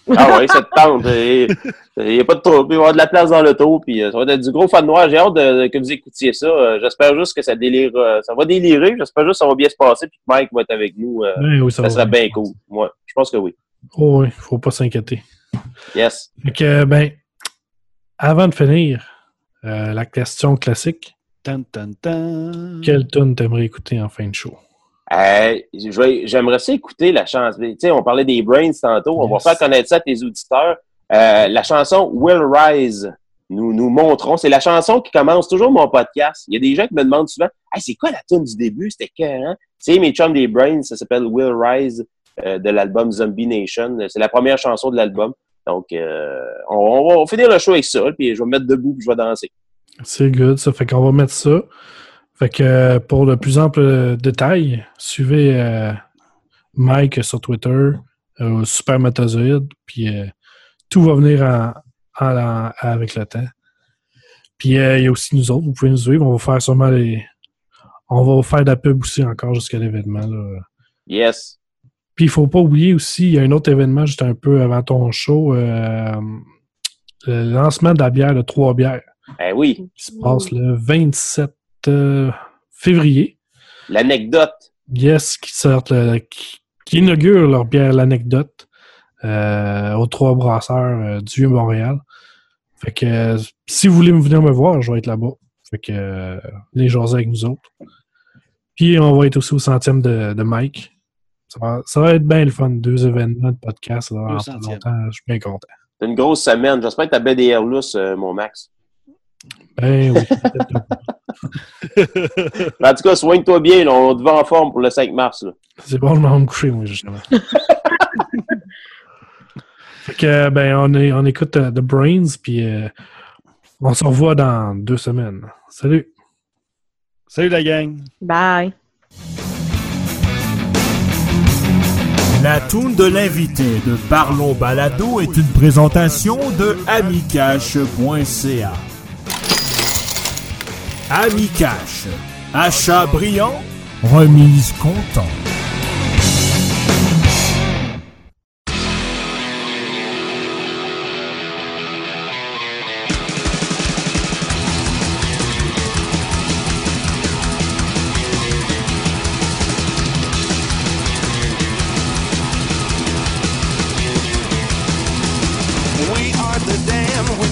Ah oui, ça te tente. Il n'y a pas de trouble. Il va y avoir de la place dans l'auto. Puis ça va être du gros fan noir. J'ai hâte que vous écoutiez ça. J'espère juste que ça délire. Ça va délirer. J'espère juste que ça va bien se passer. Puis que Mike va être avec nous. Oui, ça serait bien cool. Ouais, je pense que oui. Oh oui, faut pas s'inquiéter. Yes. Fait que, avant de finir, la question classique. Quelle tune t'aimerais écouter en fin de show? J'aimerais ça écouter la chanson. Tu sais, on parlait des Brains tantôt. On va faire connaître ça à tes auditeurs. La chanson Will Rise, nous montrons. C'est la chanson qui commence toujours mon podcast. Il y a des gens qui me demandent souvent, hey, c'est quoi la tune du début? C'était écœurant. C'est mes chums des Brains. Ça s'appelle Will Rise de l'album Zombie Nation. C'est la première chanson de l'album. Donc, on va finir le show avec ça. Puis je vais me mettre debout et je vais danser. C'est good. Ça fait qu'on va mettre ça. Fait que pour de plus amples détails, suivez Mike sur Twitter, Supermatozoïde, puis tout va venir avec le temps. Puis il y a aussi nous autres, vous pouvez nous suivre, on va faire sûrement on va faire de la pub aussi encore jusqu'à l'événement. Là. Yes! Puis il faut pas oublier aussi, il y a un autre événement juste un peu avant ton show, le lancement de la bière de 3 bières. Ben oui! Qui se passe le 27 février. L'anecdote. Yes, qui inaugure leur bière L'Anecdote aux 3 brasseurs du Vieux-Montréal. Fait que si vous voulez venir me voir, je vais être là-bas. Fait que les jaser avec nous autres. Puis on va être aussi au 100e de Mike. Ça va être bien le fun. 2 événements de podcast là, en pas longtemps. Je suis bien content. C'est une grosse semaine. J'espère que t'as bien des airs lousses, mon Max. Ben oui. En tout cas, soigne-toi bien. Là, on te va en forme pour le 5 mars. Là. C'est bon, je m'en vais me coucher, moi, justement. Fait que, on écoute The Brains, puis on se revoit dans 2 semaines. Salut! Salut la gang! Bye! La toune de l'invité de Parlons Balado est une présentation de amicache.ca. Amicache. Achat brillant, remise content. We are the damned.